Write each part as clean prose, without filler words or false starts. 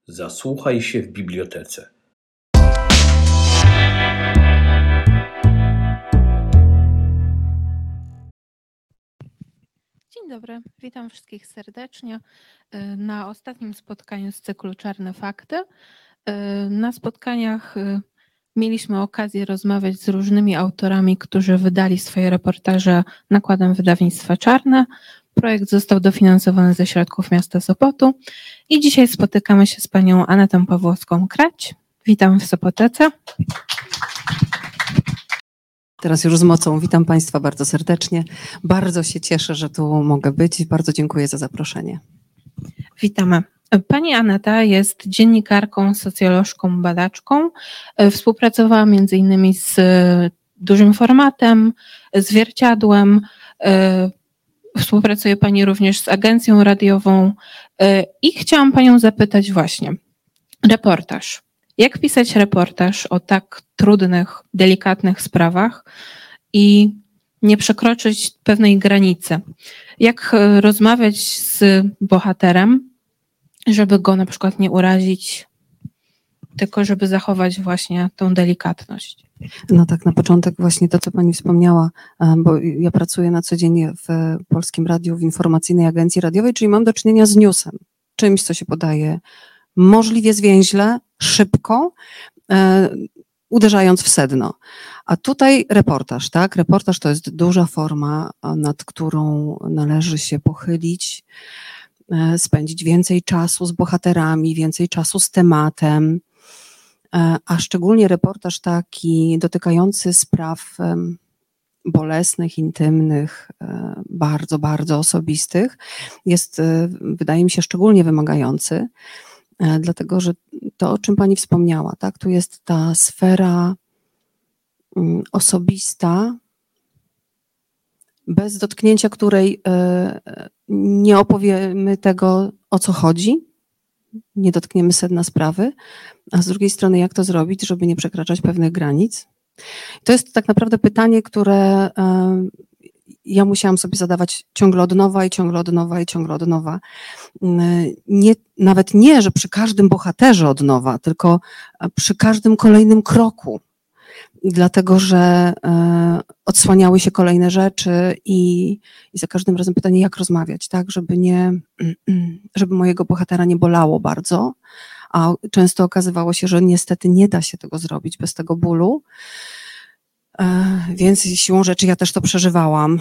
Zasłuchaj się w bibliotece. Dzień dobry, witam wszystkich serdecznie na ostatnim spotkaniu z cyklu Czarne Fakty. Na spotkaniach mieliśmy okazję rozmawiać z różnymi autorami, którzy wydali swoje reportaże nakładem wydawnictwa Czarne. Projekt został dofinansowany ze środków miasta Sopotu i dzisiaj spotykamy się z panią Anetą Pawłowską-Krać. Witam w Sopotece. Teraz już z mocą. Witam Państwa bardzo serdecznie. Bardzo się cieszę, że tu mogę być i bardzo dziękuję za zaproszenie. Witamy. Pani Aneta jest dziennikarką, socjolożką, badaczką. Współpracowała m.in. z Dużym Formatem, Zwierciadłem. Współpracuje Pani również z agencją radiową i chciałam Panią zapytać właśnie, reportaż. Jak pisać reportaż o tak trudnych, delikatnych sprawach i nie przekroczyć pewnej granicy? Jak rozmawiać z bohaterem, żeby go na przykład nie urazić, tylko żeby zachować właśnie tą delikatność? No tak, na początek właśnie to, co Pani wspomniała, bo ja pracuję na co dzień w Polskim Radiu, w informacyjnej agencji radiowej, czyli mam do czynienia z newsem, czymś, co się podaje możliwie zwięźle, szybko, uderzając w sedno. A tutaj reportaż, tak? Reportaż to jest duża forma, nad którą należy się pochylić, spędzić więcej czasu z bohaterami, więcej czasu z tematem, a szczególnie reportaż taki dotykający spraw bolesnych, intymnych, bardzo, bardzo osobistych jest, wydaje mi się, szczególnie wymagający, dlatego że to, o czym Pani wspomniała, tak, tu jest ta sfera osobista, bez dotknięcia której nie opowiemy tego, o co chodzi, nie dotkniemy sedna sprawy, a z drugiej strony jak to zrobić, żeby nie przekraczać pewnych granic. To jest tak naprawdę pytanie, które ja musiałam sobie zadawać ciągle od nowa i ciągle od nowa i ciągle od nowa. Nawet nie, że przy każdym bohaterze od nowa, tylko przy każdym kolejnym kroku. Dlatego, że odsłaniały się kolejne rzeczy i za każdym razem pytanie, jak rozmawiać, tak, żeby mojego bohatera nie bolało bardzo, a często okazywało się, że niestety nie da się tego zrobić bez tego bólu. Więc siłą rzeczy ja też to przeżywałam.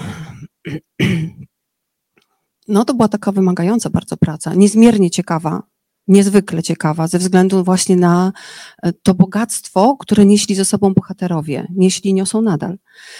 No to była taka wymagająca bardzo praca, niezmiernie ciekawa, niezwykle ciekawa, ze względu właśnie na to bogactwo, które nieśli ze sobą bohaterowie, niosą nadal.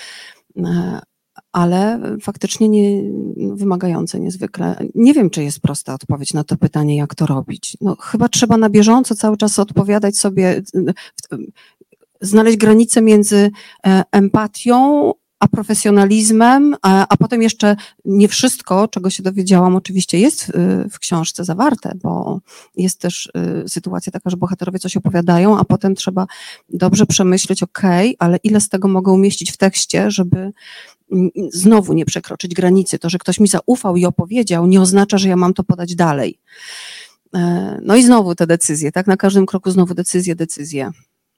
Ale faktycznie wymagające niezwykle. Nie wiem, czy jest prosta odpowiedź na to pytanie, jak to robić. No, chyba trzeba na bieżąco cały czas odpowiadać sobie, znaleźć granicę między empatią a profesjonalizmem, a potem jeszcze nie wszystko, czego się dowiedziałam, oczywiście jest w książce zawarte, bo jest też sytuacja taka, że bohaterowie coś opowiadają, a potem trzeba dobrze przemyśleć, ale ile z tego mogę umieścić w tekście, żeby znowu nie przekroczyć granicy. To, że ktoś mi zaufał i opowiedział, nie oznacza, że ja mam to podać dalej. No i znowu te decyzje, tak? Na każdym kroku znowu decyzje.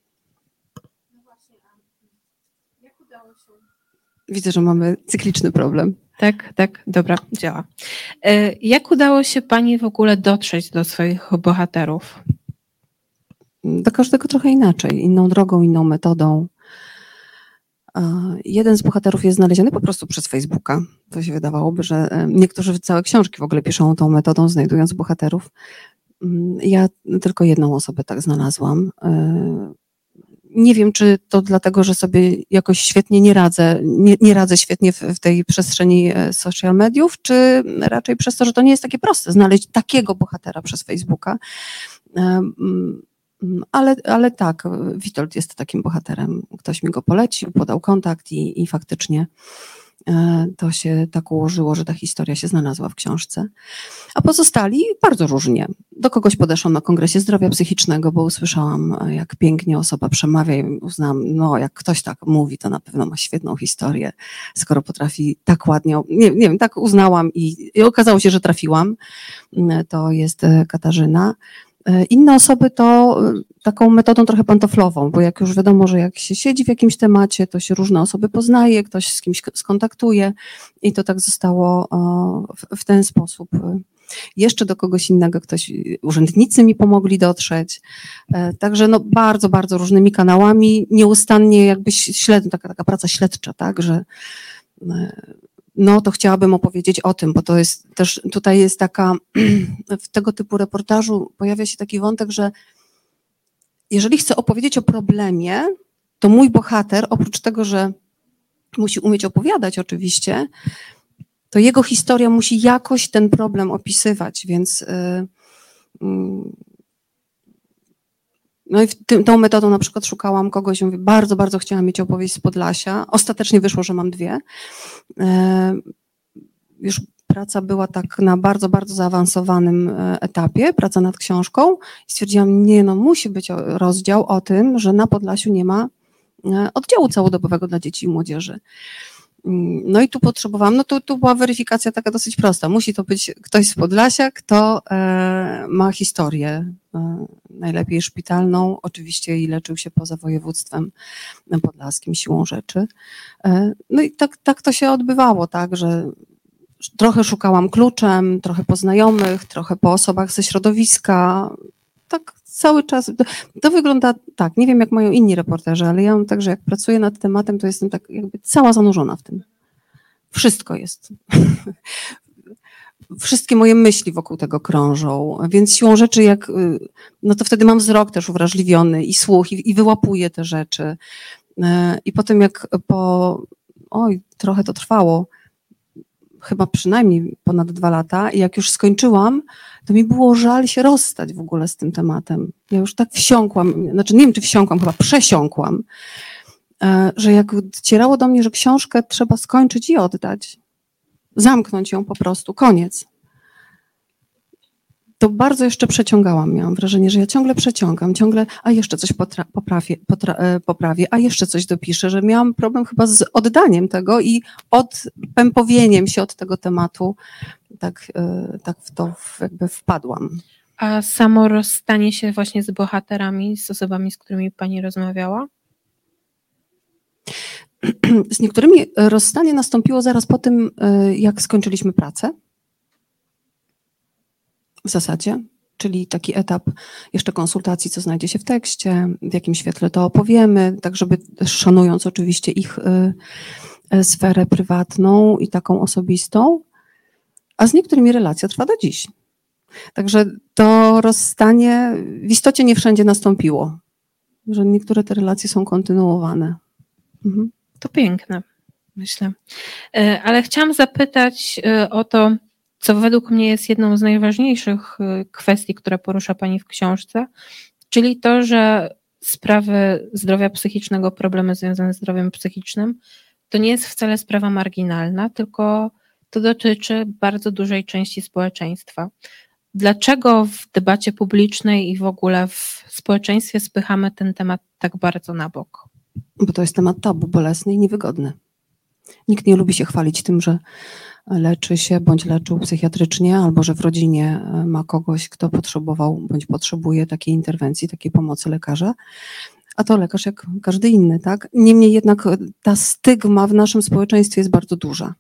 Widzę, że mamy cykliczny problem. Tak, dobra, działa. Jak udało się Pani w ogóle dotrzeć do swoich bohaterów? Do każdego trochę inaczej, inną drogą, inną metodą. Jeden z bohaterów jest znaleziony po prostu przez Facebooka. To się wydawałoby, że niektórzy całe książki w ogóle piszą tą metodą, znajdując bohaterów. Ja tylko jedną osobę tak znalazłam. Nie wiem, czy to dlatego, że sobie jakoś świetnie nie radzę świetnie w tej przestrzeni social mediów, czy raczej przez to, że to nie jest takie proste znaleźć takiego bohatera przez Facebooka. Ale tak, Witold jest takim bohaterem. Ktoś mi go polecił, podał kontakt i faktycznie to się tak ułożyło, że ta historia się znalazła w książce. A pozostali bardzo różnie. Do kogoś podeszłam na Kongresie Zdrowia Psychicznego, bo usłyszałam, jak pięknie osoba przemawia i uznałam, no jak ktoś tak mówi, to na pewno ma świetną historię, skoro potrafi tak ładnie, nie wiem, tak uznałam i okazało się, że trafiłam. To jest Katarzyna. Inne osoby to taką metodą trochę pantoflową, bo jak już wiadomo, że jak się siedzi w jakimś temacie, to się różne osoby poznaje, ktoś z kimś skontaktuje i to tak zostało w ten sposób. Jeszcze do kogoś innego urzędnicy mi pomogli dotrzeć. Także no bardzo, bardzo różnymi kanałami, nieustannie jakby taka praca śledcza, tak, że no to chciałabym opowiedzieć o tym, bo to jest też, tutaj jest taka, w tego typu reportażu pojawia się taki wątek, że jeżeli chcę opowiedzieć o problemie, to mój bohater, oprócz tego, że musi umieć opowiadać oczywiście, to jego historia musi jakoś ten problem opisywać, więc no i tą metodą na przykład szukałam kogoś, mówię, bardzo, bardzo chciałam mieć opowieść z Podlasia. Ostatecznie wyszło, że mam 2. Już praca była tak na bardzo, bardzo zaawansowanym etapie, praca nad książką i stwierdziłam, nie, no musi być rozdział o tym, że na Podlasiu nie ma oddziału całodobowego dla dzieci i młodzieży. No i tu potrzebowałam, no tu była weryfikacja taka dosyć prosta. Musi to być ktoś z Podlasia, kto ma historię, najlepiej szpitalną, oczywiście i leczył się poza województwem podlaskim siłą rzeczy. No i tak to się odbywało, tak, że trochę szukałam kluczem, trochę po znajomych, trochę po osobach ze środowiska, tak cały czas. To wygląda tak, nie wiem jak mają inni reporterzy, ale ja mam tak, że jak pracuję nad tematem, to jestem tak jakby cała zanurzona w tym. Wszystko jest. Wszystkie moje myśli wokół tego krążą, więc siłą rzeczy no to wtedy mam wzrok też uwrażliwiony i słuch i wyłapuję te rzeczy. I potem trochę to trwało, chyba przynajmniej ponad 2 lata i jak już skończyłam, to mi było żal się rozstać w ogóle z tym tematem. Ja już tak wsiąkłam, znaczy nie wiem czy wsiąkłam, chyba przesiąkłam, że jak docierało do mnie, że książkę trzeba skończyć i oddać, zamknąć ją po prostu, koniec. To bardzo jeszcze przeciągałam, miałam wrażenie, że ja ciągle przeciągam, a jeszcze coś poprawię, a jeszcze coś dopiszę, że miałam problem chyba z oddaniem tego i odpępowieniem się od tego tematu, tak w to jakby wpadłam. A samo rozstanie się właśnie z bohaterami, z osobami, z którymi pani rozmawiała? Z niektórymi rozstanie nastąpiło zaraz po tym, jak skończyliśmy pracę. W zasadzie, czyli taki etap jeszcze konsultacji, co znajdzie się w tekście, w jakim świetle to opowiemy, tak żeby szanując oczywiście ich sferę prywatną i taką osobistą, a z niektórymi relacja trwa do dziś. Także to rozstanie w istocie nie wszędzie nastąpiło, że niektóre te relacje są kontynuowane. Mhm. To piękne, myślę. Ale chciałam zapytać o to, co według mnie jest jedną z najważniejszych kwestii, które porusza pani w książce, czyli to, że sprawy zdrowia psychicznego, problemy związane z zdrowiem psychicznym, to nie jest wcale sprawa marginalna, tylko to dotyczy bardzo dużej części społeczeństwa. Dlaczego w debacie publicznej i w ogóle w społeczeństwie spychamy ten temat tak bardzo na bok? Bo to jest temat tabu, bolesny i niewygodny. Nikt nie lubi się chwalić tym, że leczy się bądź leczył psychiatrycznie, albo że w rodzinie ma kogoś, kto potrzebował bądź potrzebuje takiej interwencji, takiej pomocy lekarza, a to lekarz jak każdy inny, tak? Niemniej jednak ta stygma w naszym społeczeństwie jest bardzo duża.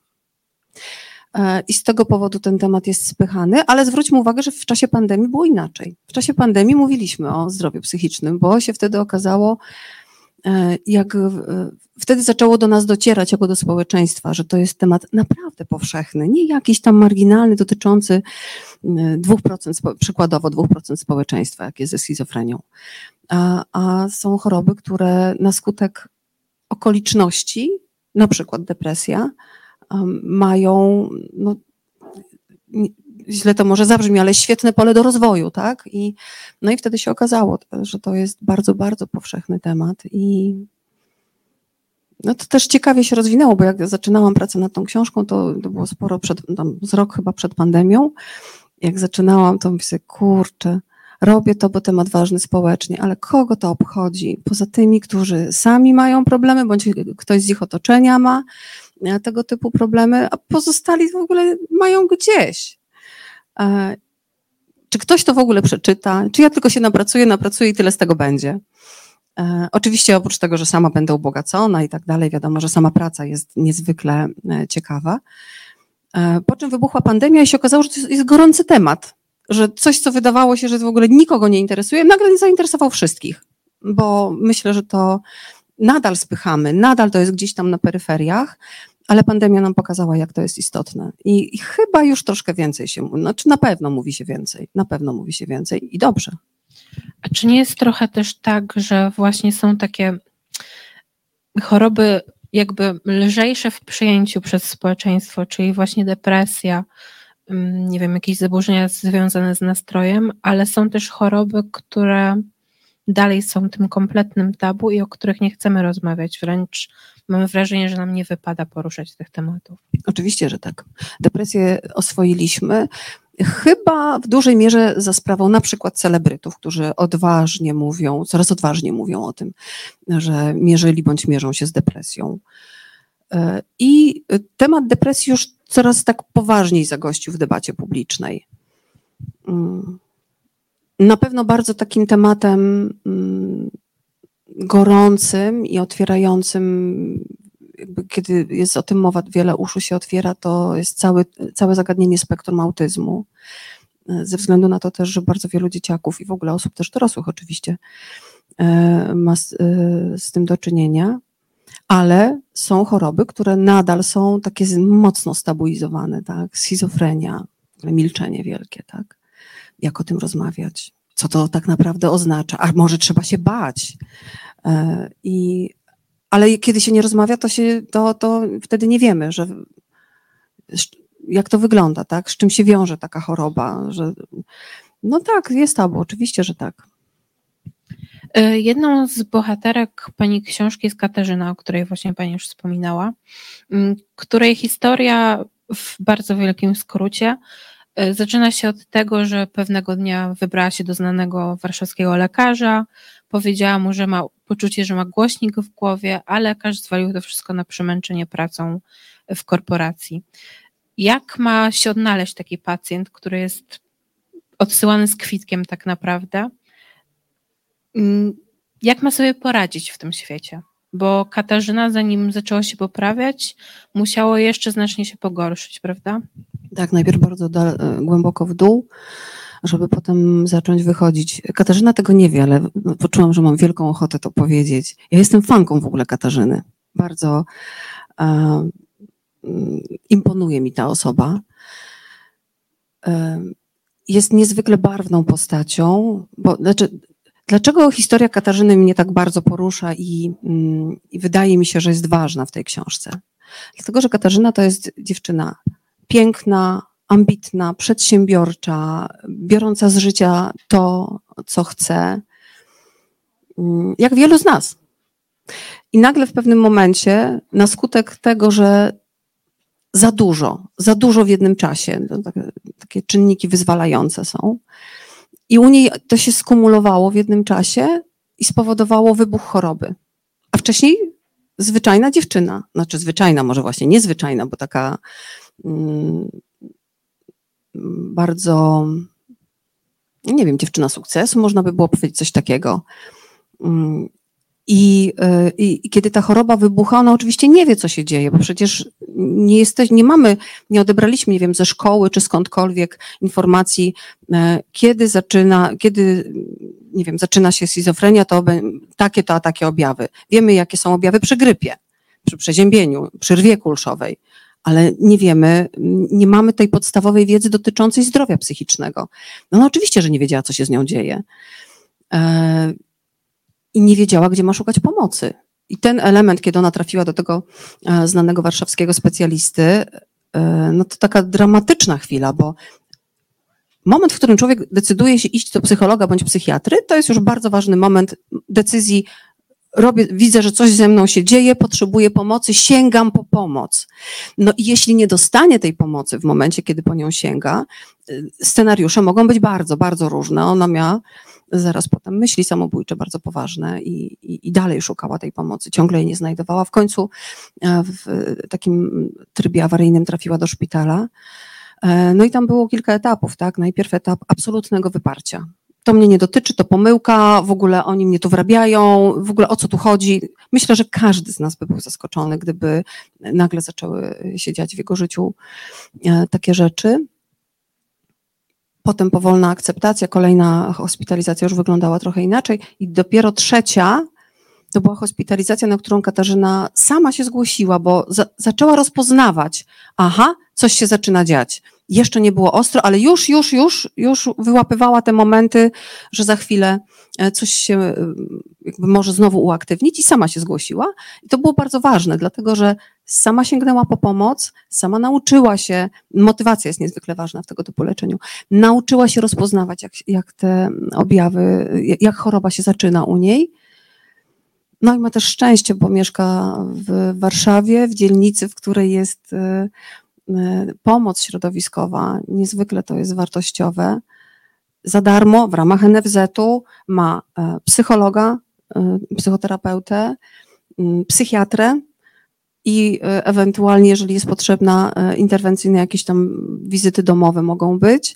I z tego powodu ten temat jest spychany, ale zwróćmy uwagę, że w czasie pandemii było inaczej. W czasie pandemii mówiliśmy o zdrowiu psychicznym, bo się wtedy okazało, jak wtedy zaczęło do nas docierać jako do społeczeństwa, że to jest temat naprawdę powszechny, nie jakiś tam marginalny dotyczący 2%, przykładowo 2% społeczeństwa, jak jest ze schizofrenią. A są choroby, które na skutek okoliczności, na przykład depresja, mają, no, źle to może zabrzmi, ale świetne pole do rozwoju, tak? No i wtedy się okazało, że to jest bardzo, bardzo powszechny temat i no to też ciekawie się rozwinęło, bo jak zaczynałam pracę nad tą książką, to było sporo z rok chyba przed pandemią. Jak zaczynałam, to myślę, kurczę, robię to, bo temat ważny społecznie, ale kogo to obchodzi? Poza tymi, którzy sami mają problemy, bądź ktoś z ich otoczenia ma tego typu problemy, a pozostali w ogóle mają gdzieś. czy ktoś to w ogóle przeczyta, czy ja tylko się napracuję i tyle z tego będzie. Oczywiście oprócz tego, że sama będę ubogacona i tak dalej, wiadomo, że sama praca jest niezwykle ciekawa. Po czym wybuchła pandemia i się okazało, że to jest gorący temat, że coś, co wydawało się, że w ogóle nikogo nie interesuje, nagle nie zainteresował wszystkich, bo myślę, że to nadal spychamy, nadal to jest gdzieś tam na peryferiach, ale pandemia nam pokazała, jak to jest istotne. I chyba już troszkę więcej się mówi, znaczy na pewno mówi się więcej i dobrze. A czy nie jest trochę też tak, że właśnie są takie choroby jakby lżejsze w przyjęciu przez społeczeństwo, czyli właśnie depresja, nie wiem, jakieś zaburzenia związane z nastrojem, ale są też choroby, które dalej są tym kompletnym tabu i o których nie chcemy rozmawiać, wręcz mamy wrażenie, że nam nie wypada poruszać tych tematów. Oczywiście, że tak. Depresję oswoiliśmy, chyba w dużej mierze za sprawą na przykład celebrytów, którzy coraz odważniej mówią o tym, że mierzyli bądź mierzą się z depresją. I temat depresji już coraz tak poważniej zagościł w debacie publicznej. Na pewno bardzo takim tematem gorącym i otwierającym, jakby kiedy jest o tym mowa, wiele uszu się otwiera, to jest całe zagadnienie spektrum autyzmu. Ze względu na to też, że bardzo wielu dzieciaków i w ogóle osób też dorosłych oczywiście ma z tym do czynienia, ale są choroby, które nadal są takie mocno stabilizowane, tak? Schizofrenia, milczenie wielkie, tak? Jak o tym rozmawiać? Co to tak naprawdę oznacza? A może trzeba się bać? Ale kiedy się nie rozmawia, to wtedy nie wiemy, jak to wygląda, tak? Z czym się wiąże taka choroba? No tak, jest tabu, oczywiście, że tak. Jedną z bohaterek pani książki jest Katarzyna, o której właśnie pani już wspominała, której historia w bardzo wielkim skrócie zaczyna się od tego, że pewnego dnia wybrała się do znanego warszawskiego lekarza, powiedziała mu, że ma poczucie, że ma głośnik w głowie, a lekarz zwalił to wszystko na przemęczenie pracą w korporacji. Jak ma się odnaleźć taki pacjent, który jest odsyłany z kwitkiem tak naprawdę? Jak ma sobie poradzić w tym świecie? Bo Katarzyna, zanim zaczęła się poprawiać, musiało jeszcze znacznie się pogorszyć, prawda? Tak, najpierw bardzo głęboko w dół, żeby potem zacząć wychodzić. Katarzyna tego nie wie, ale poczułam, że mam wielką ochotę to powiedzieć. Ja jestem fanką w ogóle Katarzyny. Bardzo imponuje mi ta osoba. Jest niezwykle barwną postacią, dlaczego historia Katarzyny mnie tak bardzo porusza i wydaje mi się, że jest ważna w tej książce? Dlatego, że Katarzyna to jest dziewczyna piękna, ambitna, przedsiębiorcza, biorąca z życia to, co chce, jak wielu z nas. I nagle w pewnym momencie, na skutek tego, że za dużo w jednym czasie, takie czynniki wyzwalające są, i u niej to się skumulowało w jednym czasie i spowodowało wybuch choroby. A wcześniej zwyczajna dziewczyna, znaczy zwyczajna, może właśnie niezwyczajna, bo taka bardzo, nie wiem, dziewczyna sukcesu, można by było powiedzieć coś takiego. I kiedy ta choroba wybucha, ona oczywiście nie wie, co się dzieje, bo przecież nie odebraliśmy, nie wiem, ze szkoły czy skądkolwiek informacji, kiedy zaczyna się schizofrenia, to takie objawy. Wiemy, jakie są objawy przy grypie, przy przeziębieniu, przy rwie kulszowej, ale nie mamy tej podstawowej wiedzy dotyczącej zdrowia psychicznego. No oczywiście, że nie wiedziała, co się z nią dzieje. I nie wiedziała, gdzie ma szukać pomocy. I ten element, kiedy ona trafiła do tego znanego warszawskiego specjalisty, no to taka dramatyczna chwila, bo moment, w którym człowiek decyduje się iść do psychologa bądź psychiatry, to jest już bardzo ważny moment decyzji. Widzę, że coś ze mną się dzieje, potrzebuję pomocy, sięgam po pomoc. No i jeśli nie dostanie tej pomocy w momencie, kiedy po nią sięga, scenariusze mogą być bardzo, bardzo różne. Ona miała zaraz potem myśli samobójcze bardzo poważne i dalej szukała tej pomocy, ciągle jej nie znajdowała. W końcu w takim trybie awaryjnym trafiła do szpitala. No i tam było kilka etapów, tak? Najpierw etap absolutnego wyparcia. To mnie nie dotyczy, to pomyłka, w ogóle oni mnie tu wrabiają, w ogóle o co tu chodzi. Myślę, że każdy z nas by był zaskoczony, gdyby nagle zaczęły się dziać w jego życiu takie rzeczy. Potem powolna akceptacja, kolejna hospitalizacja już wyglądała trochę inaczej i dopiero trzecia to była hospitalizacja, na którą Katarzyna sama się zgłosiła, bo zaczęła rozpoznawać, aha, coś się zaczyna dziać. Jeszcze nie było ostro, ale już wyłapywała te momenty, że za chwilę coś się jakby może znowu uaktywnić i sama się zgłosiła. I to było bardzo ważne, dlatego że sama sięgnęła po pomoc, sama nauczyła się, motywacja jest niezwykle ważna w tego typu leczeniu, nauczyła się rozpoznawać, jak te objawy, jak choroba się zaczyna u niej. No i ma też szczęście, bo mieszka w Warszawie, w dzielnicy, w której jest pomoc środowiskowa. Niezwykle to jest wartościowe. Za darmo w ramach NFZ-u ma psychologa, psychoterapeutę, psychiatrę i ewentualnie, jeżeli jest potrzebna, interwencyjne jakieś tam wizyty domowe mogą być.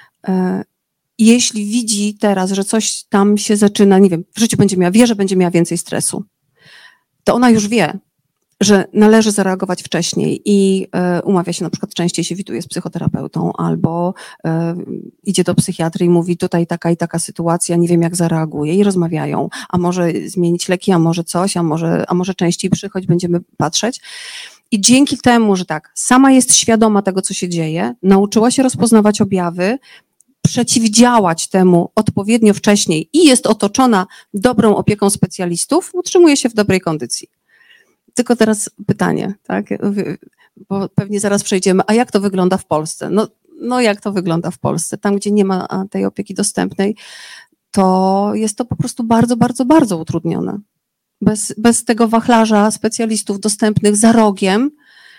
Jeśli widzi teraz, że coś tam się zaczyna, nie wiem, w życiu wie, że będzie miała więcej stresu, to ona już wie, że należy zareagować wcześniej i umawia się, na przykład częściej się widuje z psychoterapeutą albo idzie do psychiatry i mówi tutaj taka i taka sytuacja, nie wiem jak zareaguje i rozmawiają, a może zmienić leki, a może coś, a może częściej przychodź, będziemy patrzeć. I dzięki temu, że tak, sama jest świadoma tego, co się dzieje, nauczyła się rozpoznawać objawy, przeciwdziałać temu odpowiednio wcześniej i jest otoczona dobrą opieką specjalistów, utrzymuje się w dobrej kondycji. Tylko teraz pytanie, tak? Bo pewnie zaraz przejdziemy, a jak to wygląda w Polsce? No jak to wygląda w Polsce? Tam, gdzie nie ma tej opieki dostępnej, to jest to po prostu bardzo, bardzo, bardzo utrudnione. Bez tego wachlarza specjalistów dostępnych za rogiem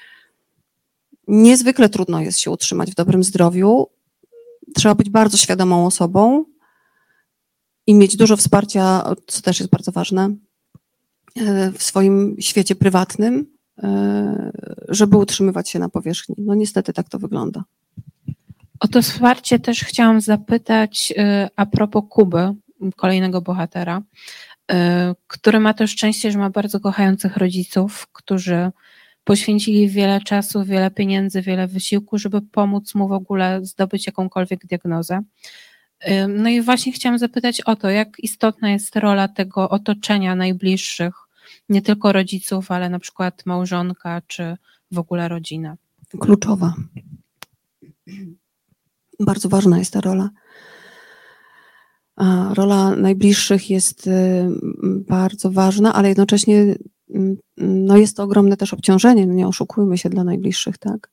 niezwykle trudno jest się utrzymać w dobrym zdrowiu. Trzeba być bardzo świadomą osobą i mieć dużo wsparcia, co też jest bardzo ważne, w swoim świecie prywatnym, żeby utrzymywać się na powierzchni. No niestety tak to wygląda. O to wsparcie też chciałam zapytać a propos Kuby, kolejnego bohatera, który ma to szczęście, że ma bardzo kochających rodziców, którzy poświęcili wiele czasu, wiele pieniędzy, wiele wysiłku, żeby pomóc mu w ogóle zdobyć jakąkolwiek diagnozę. No i właśnie chciałam zapytać o to, jak istotna jest rola tego otoczenia najbliższych, nie tylko rodziców, ale na przykład małżonka, czy w ogóle rodzina. Kluczowa. Bardzo ważna jest ta rola. Rola najbliższych jest bardzo ważna, ale jednocześnie no jest to ogromne też obciążenie, no nie oszukujmy się, dla najbliższych, tak?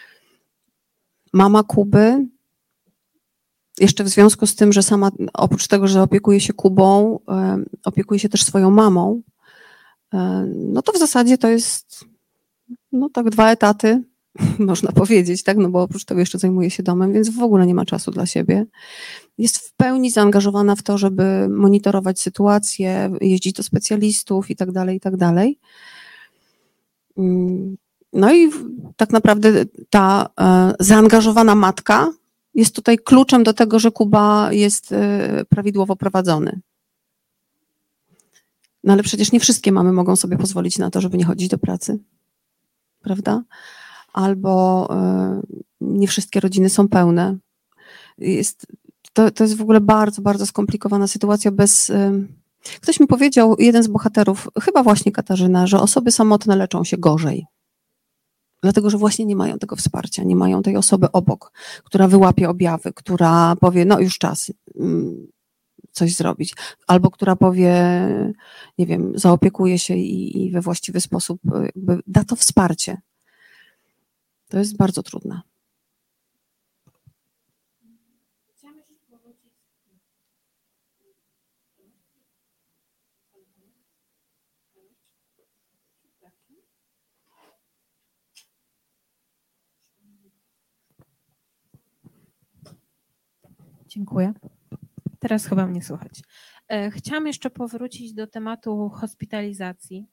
Mama Kuby, jeszcze w związku z tym, że sama oprócz tego, że opiekuje się Kubą, opiekuje się też swoją mamą, no to w zasadzie to jest no tak 2 etaty, można powiedzieć, tak? No bo oprócz tego jeszcze zajmuje się domem, więc w ogóle nie ma czasu dla siebie. Jest w pełni zaangażowana w to, żeby monitorować sytuację, jeździć do specjalistów i tak dalej, i tak dalej. No i tak naprawdę ta zaangażowana matka jest tutaj kluczem do tego, że Kuba jest prawidłowo prowadzony. No ale przecież nie wszystkie mamy mogą sobie pozwolić na to, żeby nie chodzić do pracy, prawda? Albo nie wszystkie rodziny są pełne. To jest w ogóle bardzo, bardzo skomplikowana sytuacja bez... Ktoś mi powiedział, jeden z bohaterów, chyba właśnie Katarzyna, że osoby samotne leczą się gorzej. Dlatego, że właśnie nie mają tego wsparcia, nie mają tej osoby obok, która wyłapie objawy, która powie, no już czas coś zrobić. Albo która powie, nie wiem, zaopiekuje się i we właściwy sposób jakby da to wsparcie. To jest bardzo trudne. Dziękuję. Teraz chyba mnie słychać. Chciałam jeszcze powrócić do tematu hospitalizacji,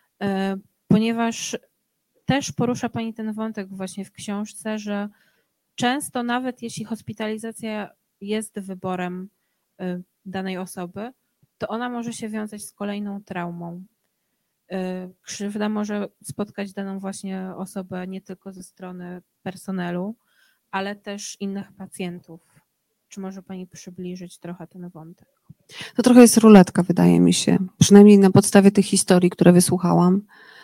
ponieważ też porusza Pani ten wątek właśnie w książce, że często nawet jeśli hospitalizacja jest wyborem danej osoby, to ona może się wiązać z kolejną traumą. Krzywda może spotkać daną właśnie osobę nie tylko ze strony personelu, ale też innych pacjentów. Czy może Pani przybliżyć trochę ten wątek? To trochę jest ruletka, wydaje mi się. Przynajmniej na podstawie tych historii, które wysłuchałam.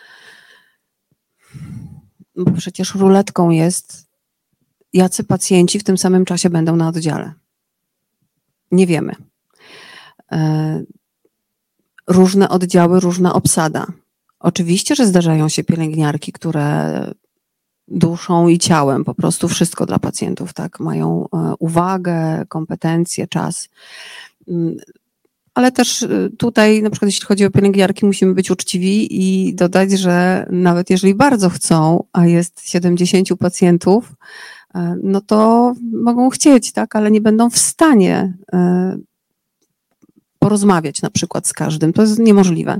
Bo przecież ruletką jest, jacy pacjenci w tym samym czasie będą na oddziale. Nie wiemy. Różne oddziały, różna obsada. Oczywiście, że zdarzają się pielęgniarki, które duszą i ciałem po prostu wszystko dla pacjentów, tak? Mają uwagę, kompetencje, czas. Ale też tutaj, na przykład jeśli chodzi o pielęgniarki, musimy być uczciwi i dodać, że nawet jeżeli bardzo chcą, a jest 70 pacjentów, no to mogą chcieć, tak? Ale nie będą w stanie porozmawiać na przykład z każdym. To jest niemożliwe.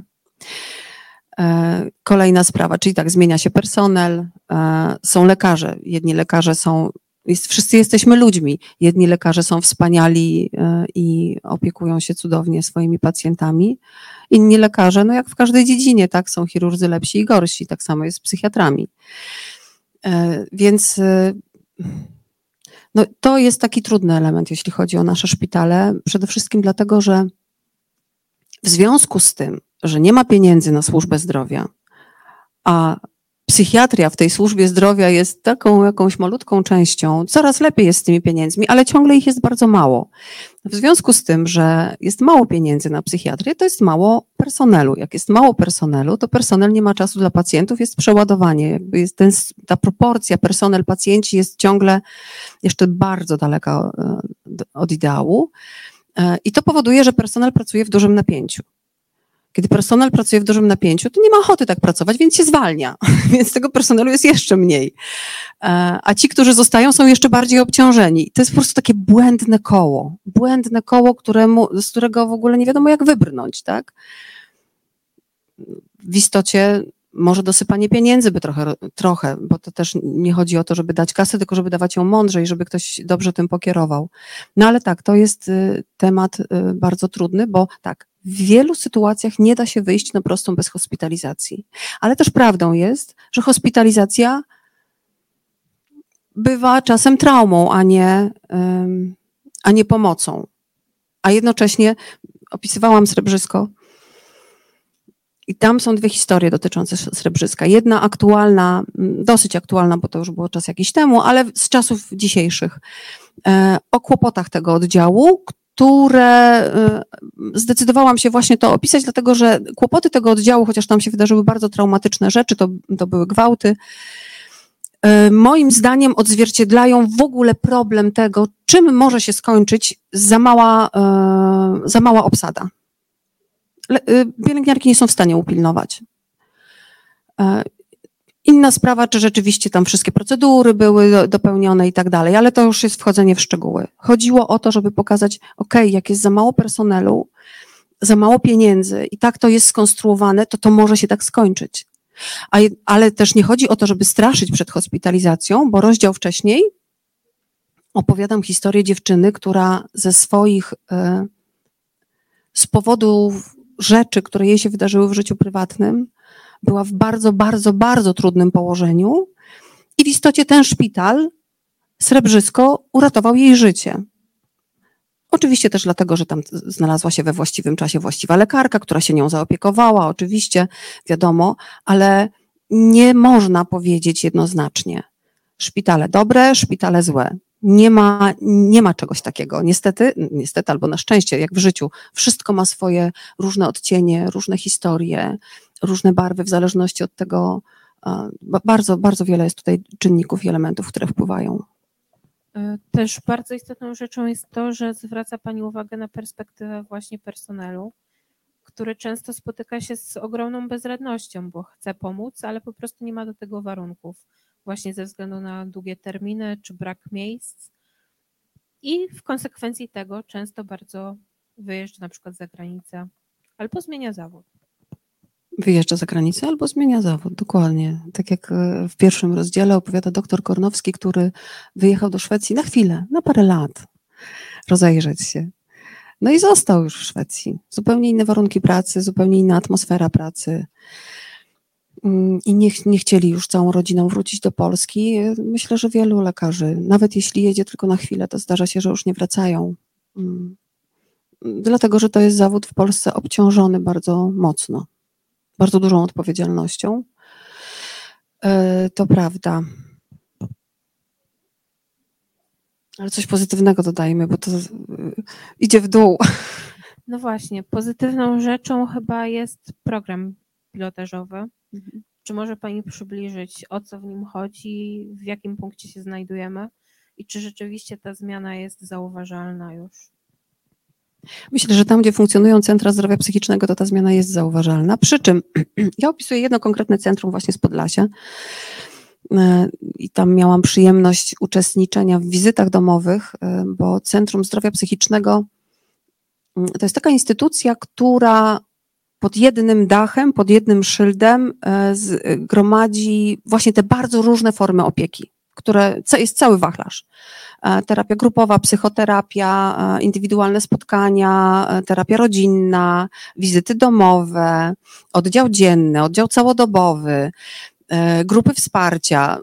Kolejna sprawa, czyli tak, zmienia się personel, są lekarze. Jedni lekarze są, wszyscy jesteśmy ludźmi. Jedni lekarze są wspaniali i opiekują się cudownie swoimi pacjentami. Inni lekarze, no jak w każdej dziedzinie, tak, są chirurdzy lepsi i gorsi. Tak samo jest z psychiatrami. Więc no, to jest taki trudny element, jeśli chodzi o nasze szpitale. Przede wszystkim dlatego, że w związku z tym, że nie ma pieniędzy na służbę zdrowia, a psychiatria w tej służbie zdrowia jest taką jakąś malutką częścią, coraz lepiej jest z tymi pieniędzmi, ale ciągle ich jest bardzo mało. W związku z tym, że jest mało pieniędzy na psychiatrię, to jest mało personelu. Jak jest mało personelu, to personel nie ma czasu dla pacjentów, jest przeładowanie. Jakby jest ta proporcja personel-pacjenci jest ciągle jeszcze bardzo daleka od ideału i to powoduje, że personel pracuje w dużym napięciu. Kiedy personel pracuje w dużym napięciu, to nie ma ochoty tak pracować, więc się zwalnia, więc tego personelu jest jeszcze mniej. A ci, którzy zostają, są jeszcze bardziej obciążeni. To jest po prostu takie błędne koło, z którego w ogóle nie wiadomo jak wybrnąć, tak? W istocie może dosypanie pieniędzy by trochę, bo to też nie chodzi o to, żeby dać kasę, tylko żeby dawać ją mądrze i żeby ktoś dobrze tym pokierował. No ale tak, to jest temat bardzo trudny, bo tak, w wielu sytuacjach nie da się wyjść na prostą bez hospitalizacji. Ale też prawdą jest, że hospitalizacja bywa czasem traumą, a nie pomocą. A jednocześnie opisywałam Srebrzysko i tam są dwie historie dotyczące Srebrzyska. Jedna aktualna, dosyć aktualna, bo to już było czas jakiś temu, ale z czasów dzisiejszych, o kłopotach tego oddziału, które zdecydowałam się właśnie to opisać, dlatego że kłopoty tego oddziału, chociaż tam się wydarzyły bardzo traumatyczne rzeczy, to były gwałty, moim zdaniem odzwierciedlają w ogóle problem tego, czym może się skończyć za mała obsada. Pielęgniarki nie są w stanie upilnować. Inna sprawa, czy rzeczywiście tam wszystkie procedury były dopełnione i tak dalej, ale to już jest wchodzenie w szczegóły. Chodziło o to, żeby pokazać, jak jest za mało personelu, za mało pieniędzy i tak to jest skonstruowane, to może się tak skończyć. Ale też nie chodzi o to, żeby straszyć przed hospitalizacją, bo rozdział wcześniej opowiadam historię dziewczyny, która z powodu rzeczy, które jej się wydarzyły w życiu prywatnym, była w bardzo, bardzo, bardzo trudnym położeniu i w istocie ten szpital, Srebrzysko, uratował jej życie. Oczywiście też dlatego, że tam znalazła się we właściwym czasie właściwa lekarka, która się nią zaopiekowała, oczywiście, wiadomo, ale nie można powiedzieć jednoznacznie szpitale dobre, szpitale złe. Nie ma czegoś takiego. Niestety albo na szczęście, jak w życiu, wszystko ma swoje różne odcienie, różne historie, różne barwy w zależności od tego. Bardzo, bardzo wiele jest tutaj czynników i elementów, które wpływają. Też bardzo istotną rzeczą jest to, że zwraca Pani uwagę na perspektywę właśnie personelu, który często spotyka się z ogromną bezradnością, bo chce pomóc, ale po prostu nie ma do tego warunków, właśnie ze względu na długie terminy czy brak miejsc i w konsekwencji tego często bardzo wyjeżdża na przykład za granicę albo zmienia zawód. Wyjeżdża za granicę albo zmienia zawód, dokładnie. Tak jak w pierwszym rozdziale opowiada doktor Kornowski, który wyjechał do Szwecji na chwilę, na parę lat, rozejrzeć się. No i został już w Szwecji. Zupełnie inne warunki pracy, zupełnie inna atmosfera pracy. I nie chcieli już całą rodziną wrócić do Polski. Myślę, że wielu lekarzy, nawet jeśli jedzie tylko na chwilę, to zdarza się, że już nie wracają. Dlatego, że to jest zawód w Polsce obciążony bardzo mocno, bardzo dużą odpowiedzialnością. To prawda. Ale coś pozytywnego dodajmy, bo to idzie w dół. No właśnie, pozytywną rzeczą chyba jest program pilotażowy. Czy może Pani przybliżyć, o co w nim chodzi, w jakim punkcie się znajdujemy i czy rzeczywiście ta zmiana jest zauważalna już? Myślę, że tam, gdzie funkcjonują centra zdrowia psychicznego, to ta zmiana jest zauważalna. Przy czym ja opisuję jedno konkretne centrum właśnie z Podlasia i tam miałam przyjemność uczestniczenia w wizytach domowych, bo Centrum Zdrowia Psychicznego to jest taka instytucja, która pod jednym dachem, pod jednym szyldem gromadzi właśnie te bardzo różne formy opieki, które jest cały wachlarz. Terapia grupowa, psychoterapia, indywidualne spotkania, terapia rodzinna, wizyty domowe, oddział dzienny, oddział całodobowy, grupy wsparcia.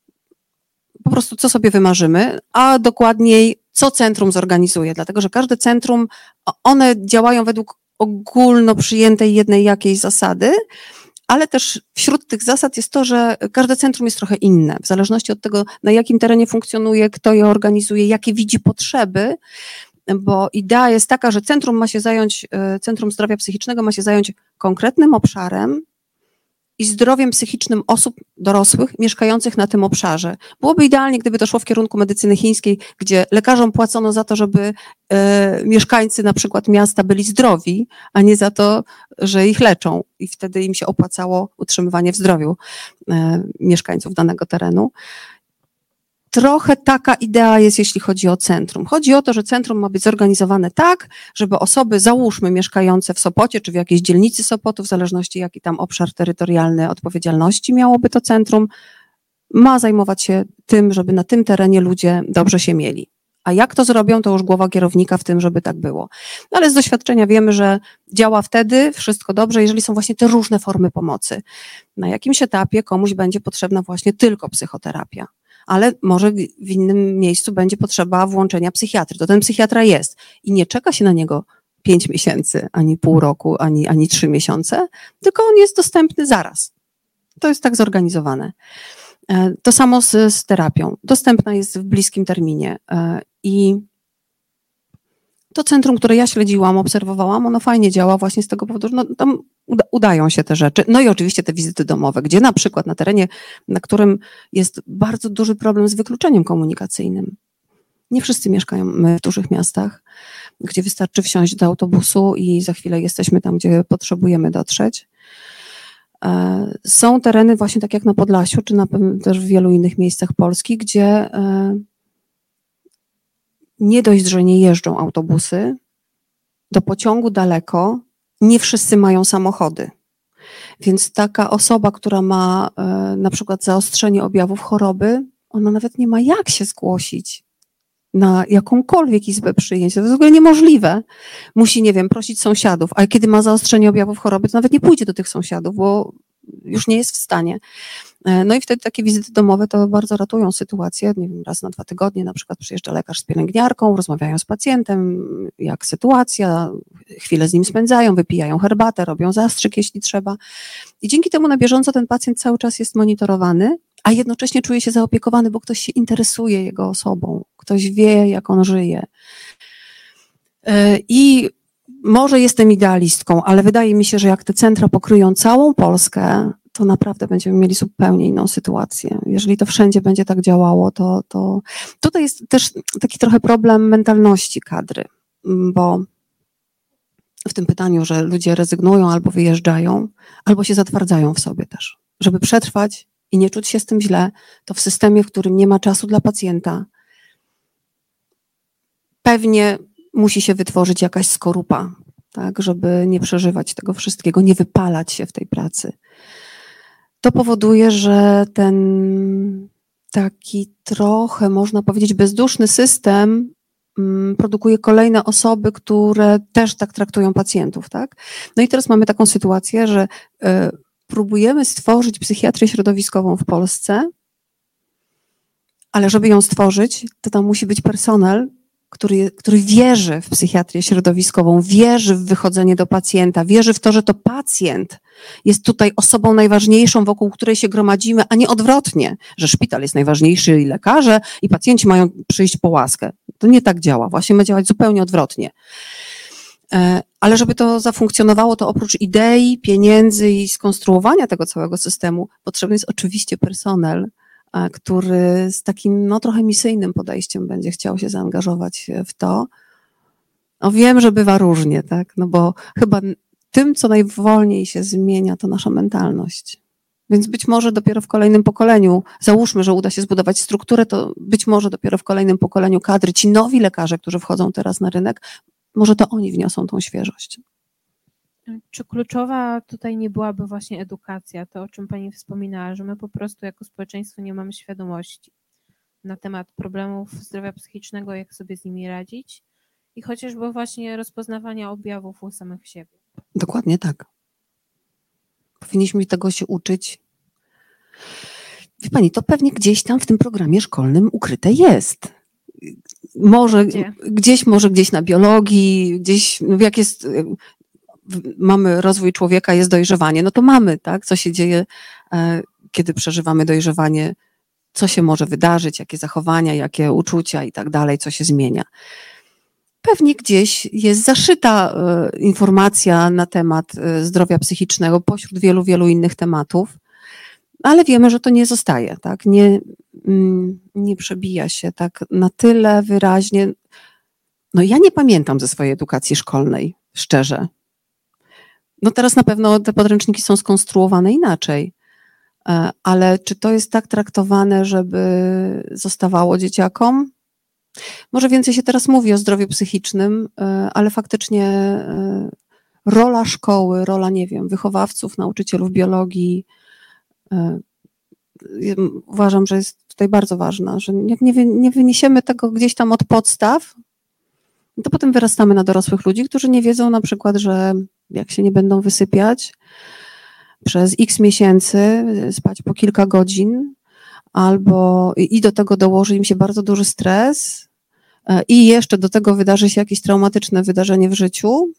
Po prostu co sobie wymarzymy, a dokładniej co centrum zorganizuje, dlatego że każde centrum, one działają według ogólno przyjętej jednej jakiejś zasady, ale też wśród tych zasad jest to, że każde centrum jest trochę inne, w zależności od tego, na jakim terenie funkcjonuje, kto je organizuje, jakie widzi potrzeby, bo idea jest taka, że Centrum Zdrowia Psychicznego ma się zająć konkretnym obszarem i zdrowiem psychicznym osób dorosłych mieszkających na tym obszarze. Byłoby idealnie, gdyby to szło w kierunku medycyny chińskiej, gdzie lekarzom płacono za to, żeby mieszkańcy na przykład miasta byli zdrowi, a nie za to, że ich leczą i wtedy im się opłacało utrzymywanie w zdrowiu mieszkańców danego terenu. Trochę taka idea jest, jeśli chodzi o centrum. Chodzi o to, że centrum ma być zorganizowane tak, żeby osoby, załóżmy, mieszkające w Sopocie, czy w jakiejś dzielnicy Sopotu, w zależności jaki tam obszar terytorialny odpowiedzialności miałoby to centrum, ma zajmować się tym, żeby na tym terenie ludzie dobrze się mieli. A jak to zrobią, to już głowa kierownika w tym, żeby tak było. No ale z doświadczenia wiemy, że działa wtedy wszystko dobrze, jeżeli są właśnie te różne formy pomocy. Na jakimś etapie komuś będzie potrzebna właśnie tylko psychoterapia, ale może w innym miejscu będzie potrzeba włączenia psychiatry. To ten psychiatra jest i nie czeka się na niego 5 miesięcy, ani pół roku, ani 3 miesiące, tylko on jest dostępny zaraz. To jest tak zorganizowane. To samo z terapią. Dostępna jest w bliskim terminie i to centrum, które ja śledziłam, obserwowałam, ono fajnie działa właśnie z tego powodu, że tam udają się te rzeczy. No i oczywiście te wizyty domowe, gdzie na przykład na terenie, na którym jest bardzo duży problem z wykluczeniem komunikacyjnym. Nie wszyscy mieszkają w dużych miastach, gdzie wystarczy wsiąść do autobusu i za chwilę jesteśmy tam, gdzie potrzebujemy dotrzeć. Są tereny właśnie tak jak na Podlasiu, czy też w wielu innych miejscach Polski, gdzie nie dość, że nie jeżdżą autobusy, do pociągu daleko, nie wszyscy mają samochody. Więc taka osoba, która ma na przykład zaostrzenie objawów choroby, ona nawet nie ma jak się zgłosić na jakąkolwiek izbę przyjęć. To jest w ogóle niemożliwe. Musi, nie wiem, prosić sąsiadów, a kiedy ma zaostrzenie objawów choroby, to nawet nie pójdzie do tych sąsiadów, bo już nie jest w stanie. No i wtedy takie wizyty domowe to bardzo ratują sytuację. Nie wiem, raz na 2 tygodnie na przykład przyjeżdża lekarz z pielęgniarką, rozmawiają z pacjentem, jak sytuacja, chwilę z nim spędzają, wypijają herbatę, robią zastrzyk, jeśli trzeba. I dzięki temu na bieżąco ten pacjent cały czas jest monitorowany, a jednocześnie czuje się zaopiekowany, bo ktoś się interesuje jego osobą, ktoś wie, jak on żyje. I może jestem idealistką, ale wydaje mi się, że jak te centra pokryją całą Polskę, to naprawdę będziemy mieli zupełnie inną sytuację. Jeżeli to wszędzie będzie tak działało, to tutaj jest też taki trochę problem mentalności kadry, bo w tym pytaniu, że ludzie rezygnują albo wyjeżdżają, albo się zatwardzają w sobie też. Żeby przetrwać i nie czuć się z tym źle, to w systemie, w którym nie ma czasu dla pacjenta, pewnie musi się wytworzyć jakaś skorupa tak, żeby nie przeżywać tego wszystkiego, nie wypalać się w tej pracy. To powoduje, że ten taki trochę, można powiedzieć, bezduszny system produkuje kolejne osoby, które też tak traktują pacjentów, tak? No i teraz mamy taką sytuację, że próbujemy stworzyć psychiatrię środowiskową w Polsce, ale żeby ją stworzyć, to tam musi być personel, który wierzy w psychiatrię środowiskową, wierzy w wychodzenie do pacjenta, wierzy w to, że to pacjent jest tutaj osobą najważniejszą, wokół której się gromadzimy, a nie odwrotnie, że szpital jest najważniejszy i lekarze i pacjenci mają przyjść po łaskę. To nie tak działa, właśnie ma działać zupełnie odwrotnie. Ale żeby to zafunkcjonowało, to oprócz idei, pieniędzy i skonstruowania tego całego systemu, potrzebny jest oczywiście personel, który z takim trochę misyjnym podejściem będzie chciał się zaangażować w to. No wiem, że bywa różnie, tak? No bo chyba tym, co najwolniej się zmienia, to nasza mentalność. Więc być może dopiero w kolejnym pokoleniu, załóżmy, że uda się zbudować strukturę, to być może dopiero w kolejnym pokoleniu kadry, ci nowi lekarze, którzy wchodzą teraz na rynek, może to oni wniosą tą świeżość. Czy kluczowa tutaj nie byłaby właśnie edukacja, to o czym Pani wspominała, że my po prostu jako społeczeństwo nie mamy świadomości na temat problemów zdrowia psychicznego, jak sobie z nimi radzić i chociażby właśnie rozpoznawania objawów u samych siebie. Dokładnie tak. Powinniśmy tego się uczyć. Wie Pani, to pewnie gdzieś tam w tym programie szkolnym ukryte jest. Może gdzieś na biologii, gdzieś jak jest... Mamy rozwój człowieka, jest dojrzewanie, no to mamy, tak? Co się dzieje, kiedy przeżywamy dojrzewanie, co się może wydarzyć, jakie zachowania, jakie uczucia i tak dalej, co się zmienia. Pewnie gdzieś jest zaszyta informacja na temat zdrowia psychicznego pośród wielu, wielu innych tematów, ale wiemy, że to nie zostaje, tak? Nie przebija się tak na tyle wyraźnie. No ja nie pamiętam ze swojej edukacji szkolnej, szczerze. No teraz na pewno te podręczniki są skonstruowane inaczej, ale czy to jest tak traktowane, żeby zostawało dzieciakom? Może więcej się teraz mówi o zdrowiu psychicznym, ale faktycznie rola szkoły, rola, nie wiem, wychowawców, nauczycielów biologii, uważam, że jest tutaj bardzo ważna, że jak nie wyniesiemy tego gdzieś tam od podstaw, to potem wyrastamy na dorosłych ludzi, którzy nie wiedzą na przykład, że jak się nie będą wysypiać przez x miesięcy, spać po kilka godzin, albo i do tego dołoży im się bardzo duży stres i jeszcze do tego wydarzy się jakieś traumatyczne wydarzenie w życiu,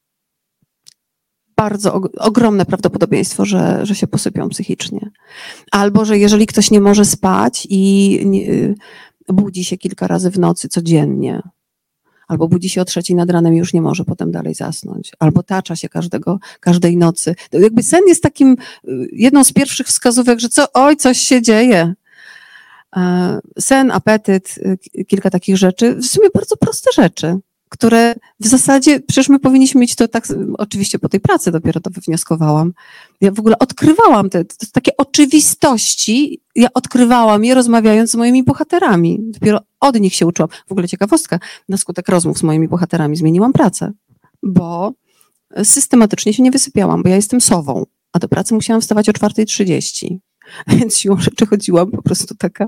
bardzo ogromne prawdopodobieństwo, że się posypią psychicznie. Albo, że jeżeli ktoś nie może spać i budzi się kilka razy w nocy codziennie, albo budzi się o 3:00 nad ranem i już nie może potem dalej zasnąć, albo tacza się każdej nocy. Jakby sen jest takim jedną z pierwszych wskazówek, że coś się dzieje. Sen, apetyt, kilka takich rzeczy, w sumie bardzo proste rzeczy, które w zasadzie, przecież my powinniśmy mieć to tak, oczywiście po tej pracy dopiero to wywnioskowałam. Ja w ogóle odkrywałam te takie oczywistości, ja odkrywałam je rozmawiając z moimi bohaterami. Dopiero od nich się uczyłam. W ogóle ciekawostka, na skutek rozmów z moimi bohaterami zmieniłam pracę, bo systematycznie się nie wysypiałam, bo ja jestem sową, a do pracy musiałam wstawać o 4:30. Więc siłą rzeczy chodziłam po prostu taka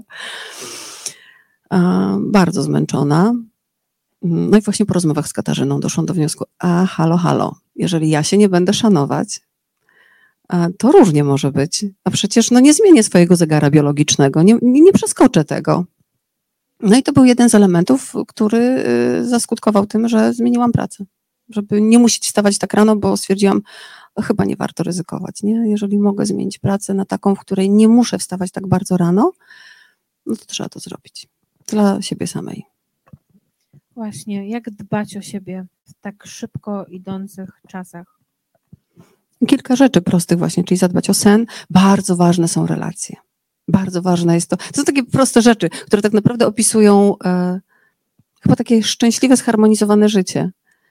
bardzo zmęczona. No i właśnie po rozmowach z Katarzyną doszłam do wniosku, halo, jeżeli ja się nie będę szanować, to różnie może być. A przecież nie zmienię swojego zegara biologicznego, nie przeskoczę tego. No i to był jeden z elementów, który zaskutkował tym, że zmieniłam pracę. Żeby nie musieć wstawać tak rano, bo stwierdziłam, chyba nie warto ryzykować, nie? Jeżeli mogę zmienić pracę na taką, w której nie muszę wstawać tak bardzo rano, no to trzeba to zrobić. Dla siebie samej. Właśnie, jak dbać o siebie w tak szybko idących czasach? Kilka rzeczy prostych właśnie, czyli zadbać o sen. Bardzo ważne są relacje. Bardzo ważne jest to. To są takie proste rzeczy, które tak naprawdę opisują chyba takie szczęśliwe, zharmonizowane życie.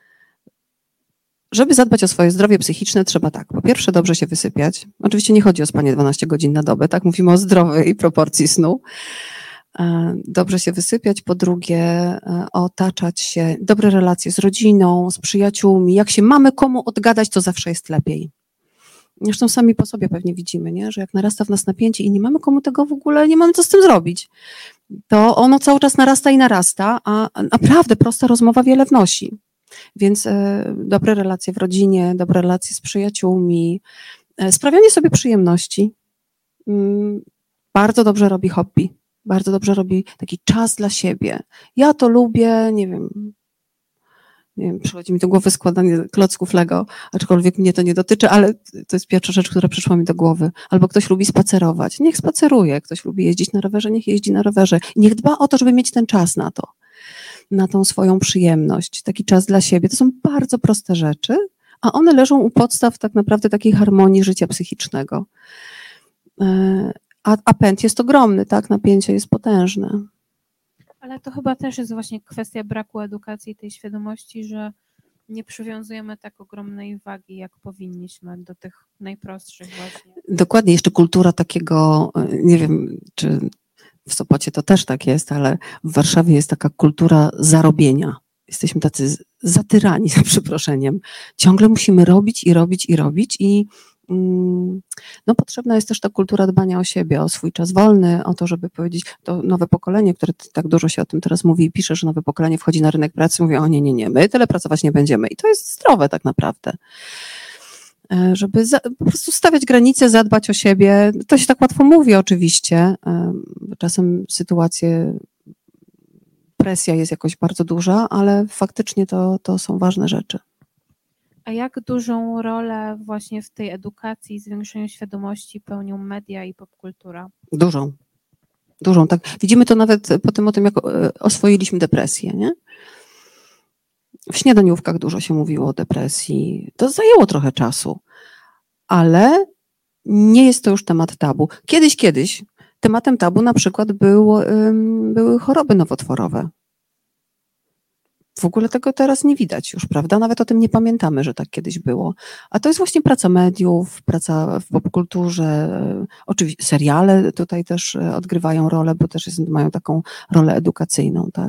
Żeby zadbać o swoje zdrowie psychiczne, trzeba tak, po pierwsze dobrze się wysypiać. Oczywiście nie chodzi o spanie 12 godzin na dobę, tak? Mówimy o zdrowej proporcji snu. dobrze się wysypiać, po drugie otaczać się, dobre relacje z rodziną, z przyjaciółmi. Jak się mamy komu odgadać, to zawsze jest lepiej. Zresztą sami po sobie pewnie widzimy, nie? Że jak narasta w nas napięcie i nie mamy komu tego w ogóle, nie mamy co z tym zrobić, to ono cały czas narasta, a naprawdę prosta rozmowa wiele wnosi. Więc dobre relacje w rodzinie, dobre relacje z przyjaciółmi, sprawianie sobie przyjemności. Bardzo dobrze robi hobby, bardzo dobrze robi taki czas dla siebie. Ja to lubię, nie wiem, przychodzi mi do głowy składanie klocków Lego, aczkolwiek mnie to nie dotyczy, ale to jest pierwsza rzecz, która przyszła mi do głowy. Albo ktoś lubi spacerować, niech spaceruje, ktoś lubi jeździć na rowerze, niech jeździ na rowerze. I niech dba o to, żeby mieć ten czas na to, na tą swoją przyjemność, taki czas dla siebie. To są bardzo proste rzeczy, a one leżą u podstaw tak naprawdę takiej harmonii życia psychicznego. A pęd jest ogromny, tak? Napięcie jest potężne. Ale to chyba też jest właśnie kwestia braku edukacji i tej świadomości, że nie przywiązujemy tak ogromnej wagi, jak powinniśmy do tych najprostszych właśnie. Dokładnie, jeszcze kultura takiego, nie wiem, czy w Sopocie to też tak jest, ale w Warszawie jest taka kultura zarobienia. Jesteśmy tacy zatyrani, za przeproszeniem. Ciągle musimy robić i no potrzebna jest też ta kultura dbania o siebie, o swój czas wolny, o to, żeby powiedzieć, to nowe pokolenie, które tak dużo się o tym teraz mówi i pisze, że nowe pokolenie wchodzi na rynek pracy, mówi, o nie, my tyle pracować nie będziemy. I to jest zdrowe tak naprawdę. Żeby po prostu stawiać granice, zadbać o siebie. To się tak łatwo mówi oczywiście. Czasem presja jest jakoś bardzo duża, ale faktycznie to są ważne rzeczy. A jak dużą rolę właśnie w tej edukacji, zwiększeniu świadomości pełnią media i popkultura? Dużą, tak. Widzimy to nawet po tym, jak oswoiliśmy depresję, nie? W śniadaniówkach dużo się mówiło o depresji. To zajęło trochę czasu, ale nie jest to już temat tabu. Kiedyś tematem tabu na przykład były choroby nowotworowe. W ogóle tego teraz nie widać już, prawda? Nawet o tym nie pamiętamy, że tak kiedyś było. A to jest właśnie praca mediów, praca w popkulturze. Oczywiście seriale tutaj też odgrywają rolę, bo też mają taką rolę edukacyjną, tak?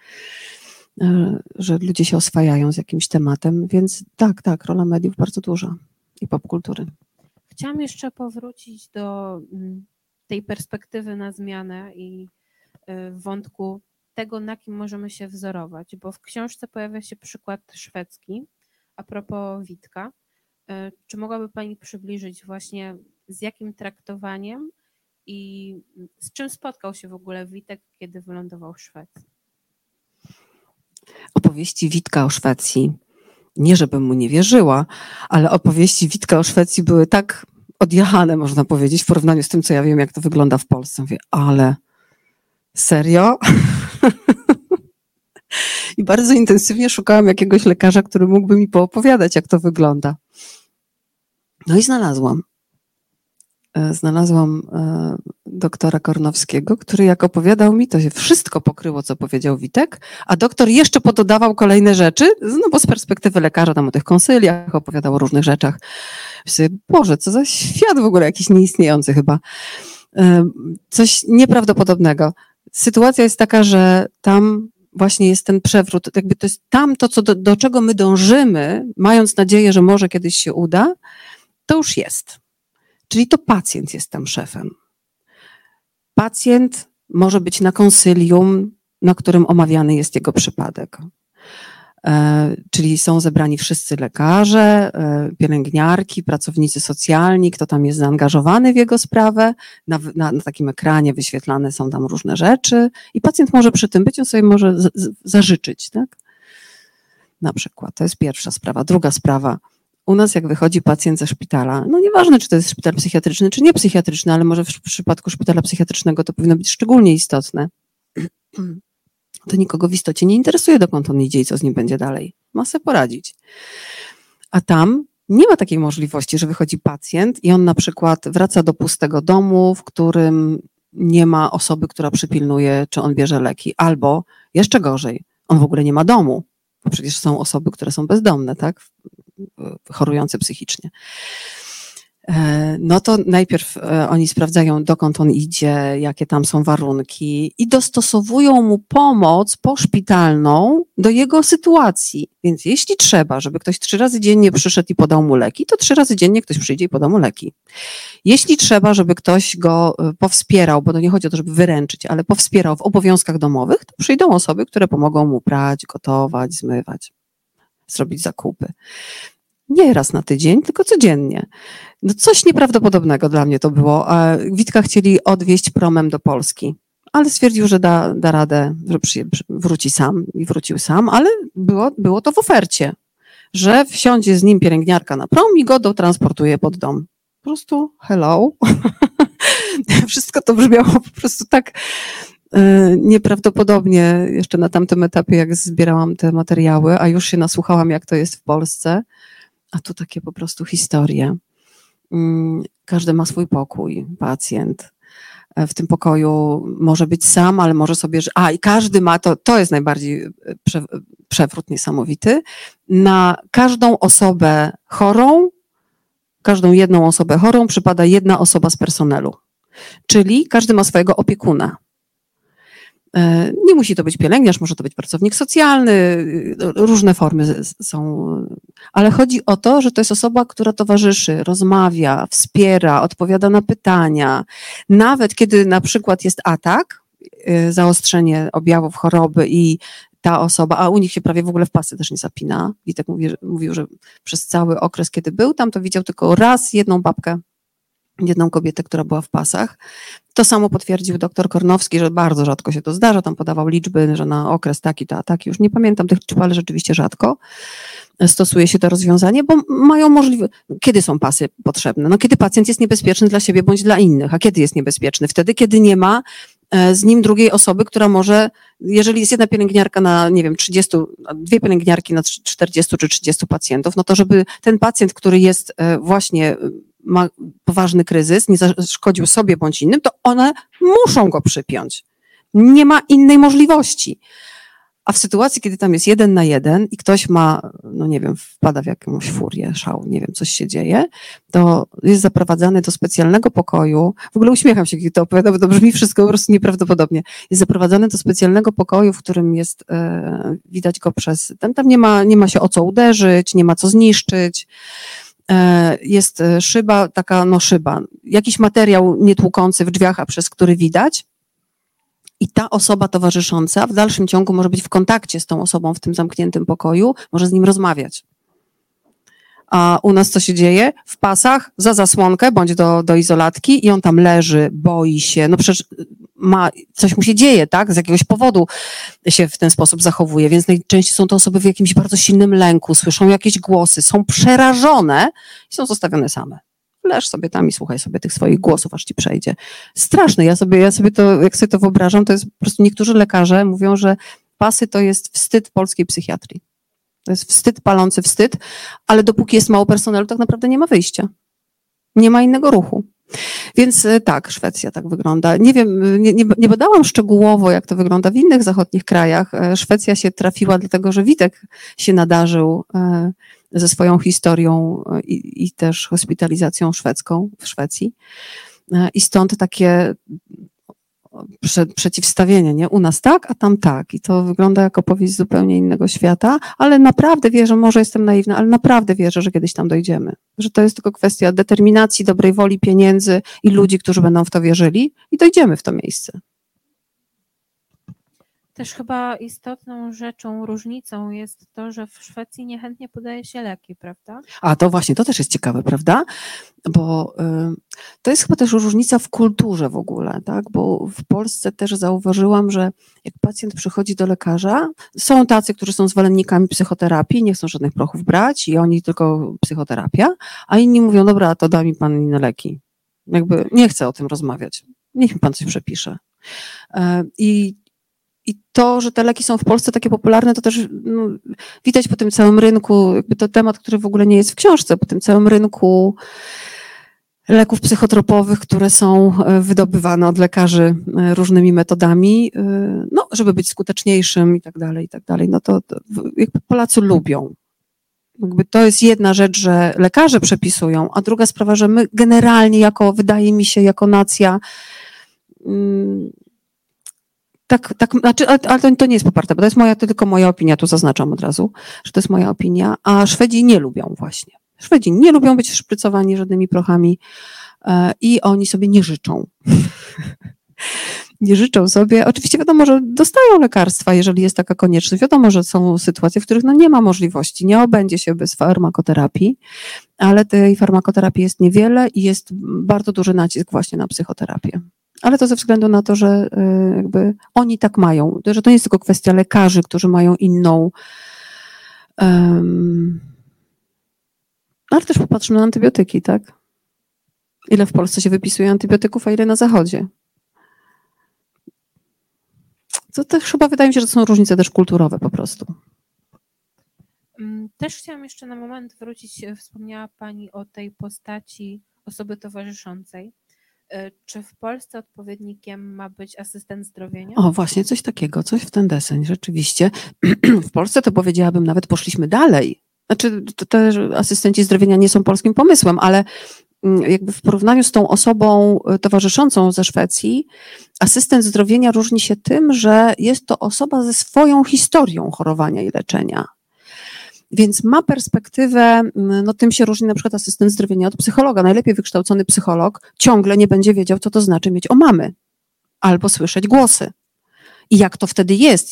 Że ludzie się oswajają z jakimś tematem, więc tak, rola mediów bardzo duża i popkultury. Chciałam jeszcze powrócić do tej perspektywy na zmianę i wątku tego, na kim możemy się wzorować, bo w książce pojawia się przykład szwedzki a propos Witka. Czy mogłaby Pani przybliżyć właśnie z jakim traktowaniem i z czym spotkał się w ogóle Witek, kiedy wylądował w Szwecji? Opowieści Witka o Szwecji, nie żebym mu nie wierzyła, ale opowieści Witka o Szwecji były tak odjechane, można powiedzieć, w porównaniu z tym, co ja wiem, jak to wygląda w Polsce. Mówię, ale serio? I bardzo intensywnie szukałam jakiegoś lekarza, który mógłby mi poopowiadać, jak to wygląda. No i znalazłam doktora Kornowskiego, który jak opowiadał mi, to się wszystko pokryło, co powiedział Witek, a doktor jeszcze pododawał kolejne rzeczy, no bo z perspektywy lekarza tam o tych konsyliach opowiadał o różnych rzeczach. Boże, co za świat w ogóle, jakiś nieistniejący chyba. Coś nieprawdopodobnego. Sytuacja jest taka, że tam właśnie jest ten przewrót, jakby to jest tam to, do czego my dążymy, mając nadzieję, że może kiedyś się uda, to już jest. Czyli to pacjent jest tam szefem. Pacjent może być na konsylium, na którym omawiany jest jego przypadek. Czyli są zebrani wszyscy lekarze, pielęgniarki, pracownicy socjalni, kto tam jest zaangażowany w jego sprawę. Na takim ekranie wyświetlane są tam różne rzeczy i pacjent może przy tym być, on sobie może zażyczyć, tak? Na przykład, to jest pierwsza sprawa. Druga sprawa, u nas jak wychodzi pacjent ze szpitala, no nieważne, czy to jest szpital psychiatryczny, czy nie psychiatryczny, ale może w przypadku szpitala psychiatrycznego to powinno być szczególnie istotne. To nikogo w istocie nie interesuje, dokąd on idzie i co z nim będzie dalej. Ma sobie poradzić. A tam nie ma takiej możliwości, że wychodzi pacjent i on na przykład wraca do pustego domu, w którym nie ma osoby, która przypilnuje, czy on bierze leki. Albo jeszcze gorzej, on w ogóle nie ma domu, bo przecież są osoby, które są bezdomne, tak? Chorujące psychicznie. No to najpierw oni sprawdzają, dokąd on idzie, jakie tam są warunki i dostosowują mu pomoc poszpitalną do jego sytuacji. Więc jeśli trzeba, żeby ktoś 3 razy dziennie przyszedł i podał mu leki, to 3 razy dziennie ktoś przyjdzie i poda mu leki. Jeśli trzeba, żeby ktoś go powspierał, bo to nie chodzi o to, żeby wyręczyć, ale powspierał w obowiązkach domowych, to przyjdą osoby, które pomogą mu prać, gotować, zmywać, zrobić zakupy. Nie raz na tydzień, tylko codziennie. No coś nieprawdopodobnego dla mnie to było. Witka chcieli odwieźć promem do Polski, ale stwierdził, że da radę, że wróci sam i wrócił sam, ale było to w ofercie, że wsiądzie z nim pielęgniarka na prom i go dotransportuje pod dom. Po prostu hello. Wszystko to brzmiało po prostu tak nieprawdopodobnie jeszcze na tamtym etapie, jak zbierałam te materiały, a już się nasłuchałam, jak to jest w Polsce. A tu takie po prostu historie. Każdy ma swój pokój, pacjent. W tym pokoju może być sam, ale może sobie... i każdy ma, to jest najbardziej przewrót niesamowity, na każdą osobę chorą, każdą jedną osobę chorą przypada jedna osoba z personelu. Czyli każdy ma swojego opiekuna. Nie musi to być pielęgniarz, może to być pracownik socjalny, różne formy są, ale chodzi o to, że to jest osoba, która towarzyszy, rozmawia, wspiera, odpowiada na pytania. Nawet kiedy na przykład jest atak, zaostrzenie objawów choroby i ta osoba, a u nich się prawie w ogóle w pasy też nie zapina. Witek mówił, że przez cały okres, kiedy był tam, to widział tylko raz jedną babkę, jedną kobietę, która była w pasach. To samo potwierdził doktor Kornowski, że bardzo rzadko się to zdarza, tam podawał liczby, że na okres taki to ataki, już nie pamiętam tych liczb, ale rzeczywiście rzadko stosuje się to rozwiązanie, bo mają możliwość, kiedy są pasy potrzebne? No kiedy pacjent jest niebezpieczny dla siebie bądź dla innych, a kiedy jest niebezpieczny? Wtedy, kiedy nie ma z nim drugiej osoby, która może, jeżeli jest jedna pielęgniarka na, nie wiem, 30, 2 pielęgniarki na 40 czy 30 pacjentów, no to żeby ten pacjent, który jest właśnie ma poważny kryzys, nie zaszkodził sobie bądź innym, to one muszą go przypiąć. Nie ma innej możliwości. A w sytuacji, kiedy tam jest 1 na 1 i ktoś ma, no nie wiem, wpada w jakąś furię, szał, nie wiem, coś się dzieje, to jest zaprowadzany do specjalnego pokoju. W ogóle uśmiecham się, kiedy to opowiadam, bo to brzmi wszystko po prostu nieprawdopodobnie. Jest zaprowadzany do specjalnego pokoju, w którym jest, widać go przez, tam nie ma się o co uderzyć, nie ma co zniszczyć. Jest szyba, szyba, jakiś materiał nietłukący w drzwiach, a przez który widać. I ta osoba towarzysząca w dalszym ciągu może być w kontakcie z tą osobą w tym zamkniętym pokoju, może z nim rozmawiać. A u nas co się dzieje? W pasach, za zasłonkę, bądź do izolatki i on tam leży, boi się, no przecież coś mu się dzieje, tak? Z jakiegoś powodu się w ten sposób zachowuje, więc najczęściej są to osoby w jakimś bardzo silnym lęku, słyszą jakieś głosy, są przerażone i są zostawione same. Leż sobie tam i słuchaj sobie tych swoich głosów, aż ci przejdzie. Straszne, ja sobie to, jak sobie to wyobrażam, to jest po prostu, niektórzy lekarze mówią, że pasy to jest wstyd polskiej psychiatrii. To jest wstyd, palący wstyd, ale dopóki jest mało personelu, tak naprawdę nie ma wyjścia. Nie ma innego ruchu. Więc tak, Szwecja tak wygląda. Nie wiem, nie badałam szczegółowo, jak to wygląda w innych zachodnich krajach. Szwecja się trafiła, dlatego że Witek się nadarzył ze swoją historią i też hospitalizacją szwedzką w Szwecji. I stąd takie przeciwstawienie, nie? U nas tak, a tam tak. I to wygląda jak opowieść z zupełnie innego świata, ale naprawdę wierzę, może jestem naiwna, ale naprawdę wierzę, że kiedyś tam dojdziemy. Że to jest tylko kwestia determinacji, dobrej woli, pieniędzy i ludzi, którzy będą w to wierzyli i dojdziemy w to miejsce. Też chyba istotną rzeczą, różnicą jest to, że w Szwecji niechętnie podaje się leki, prawda? A to właśnie, to też jest ciekawe, prawda? Bo to jest chyba też różnica w kulturze w ogóle, tak? Bo w Polsce też zauważyłam, że jak pacjent przychodzi do lekarza, są tacy, którzy są zwolennikami psychoterapii, nie chcą żadnych prochów brać i oni tylko psychoterapia, a inni mówią, dobra, to da mi pan inne leki. Jakby nie chcę o tym rozmawiać. Niech mi pan coś przepisze. I to, że te leki są w Polsce takie popularne, to też widać po tym całym rynku, jakby to temat, który w ogóle nie jest w książce, po tym całym rynku leków psychotropowych, które są wydobywane od lekarzy różnymi metodami, no, żeby być skuteczniejszym i tak dalej, no to jakby Polacy lubią. Jakby to jest jedna rzecz, że lekarze przepisują, a druga sprawa, że my generalnie wydaje mi się, jako nacja, znaczy, ale to nie jest poparte, bo to tylko moja opinia, tu zaznaczam od razu, że to jest moja opinia, a Szwedzi nie lubią właśnie. Szwedzi nie lubią być szprycowani żadnymi prochami i oni sobie nie życzą. Nie życzą sobie. Oczywiście wiadomo, że dostają lekarstwa, jeżeli jest taka konieczność. Wiadomo, że są sytuacje, w których nie ma możliwości, nie obędzie się bez farmakoterapii, ale tej farmakoterapii jest niewiele i jest bardzo duży nacisk właśnie na psychoterapię. Ale to ze względu na to, że jakby oni tak mają, że to nie jest tylko kwestia lekarzy, którzy mają inną. Ale też popatrzmy na antybiotyki, tak? Ile w Polsce się wypisuje antybiotyków, a ile na Zachodzie? To też chyba wydaje mi się, że to są różnice też kulturowe po prostu. Też chciałam jeszcze na moment wrócić, wspomniała Pani o tej postaci osoby towarzyszącej. Czy w Polsce odpowiednikiem ma być asystent zdrowienia? O, właśnie, coś takiego, coś w ten deseń, rzeczywiście. W Polsce to powiedziałabym, nawet poszliśmy dalej. Znaczy, te asystenci zdrowienia nie są polskim pomysłem, ale jakby w porównaniu z tą osobą towarzyszącą ze Szwecji, asystent zdrowienia różni się tym, że jest to osoba ze swoją historią chorowania i leczenia. Więc ma perspektywę, tym się różni na przykład asystent zdrowienia od psychologa. Najlepiej wykształcony psycholog ciągle nie będzie wiedział, co to znaczy mieć omamy albo słyszeć głosy. I jak to wtedy jest.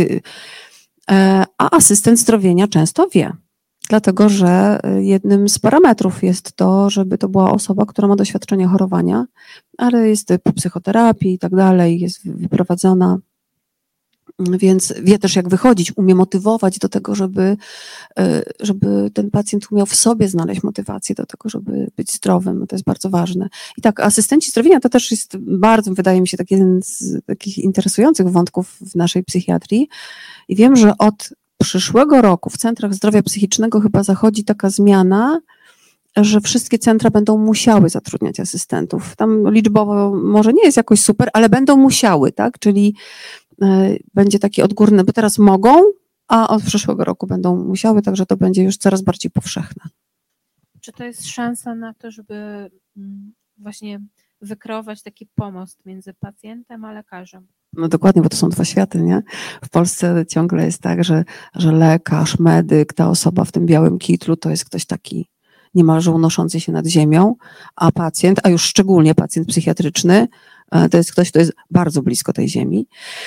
A asystent zdrowienia często wie. Dlatego, że jednym z parametrów jest to, żeby to była osoba, która ma doświadczenie chorowania, ale jest po psychoterapii i tak dalej, jest wyprowadzona, więc wie też, jak wychodzić, umie motywować do tego, żeby ten pacjent umiał w sobie znaleźć motywację do tego, żeby być zdrowym. To jest bardzo ważne. I tak, asystenci zdrowienia to też jest bardzo, wydaje mi się, jeden z takich interesujących wątków w naszej psychiatrii. I wiem, że od przyszłego roku w centrach zdrowia psychicznego chyba zachodzi taka zmiana, że wszystkie centra będą musiały zatrudniać asystentów. Tam liczbowo może nie jest jakoś super, ale będą musiały, tak? Czyli będzie taki odgórny, bo teraz mogą, a od przyszłego roku będą musiały, także to będzie już coraz bardziej powszechne. Czy to jest szansa na to, żeby właśnie wykreować taki pomost między pacjentem a lekarzem? No dokładnie, bo to są dwa światy, nie? W Polsce ciągle jest tak, że lekarz, medyk, ta osoba w tym białym kitlu to jest ktoś taki niemalże unoszący się nad ziemią, a pacjent, a już szczególnie pacjent psychiatryczny, to jest ktoś, kto jest bardzo blisko tej ziemi.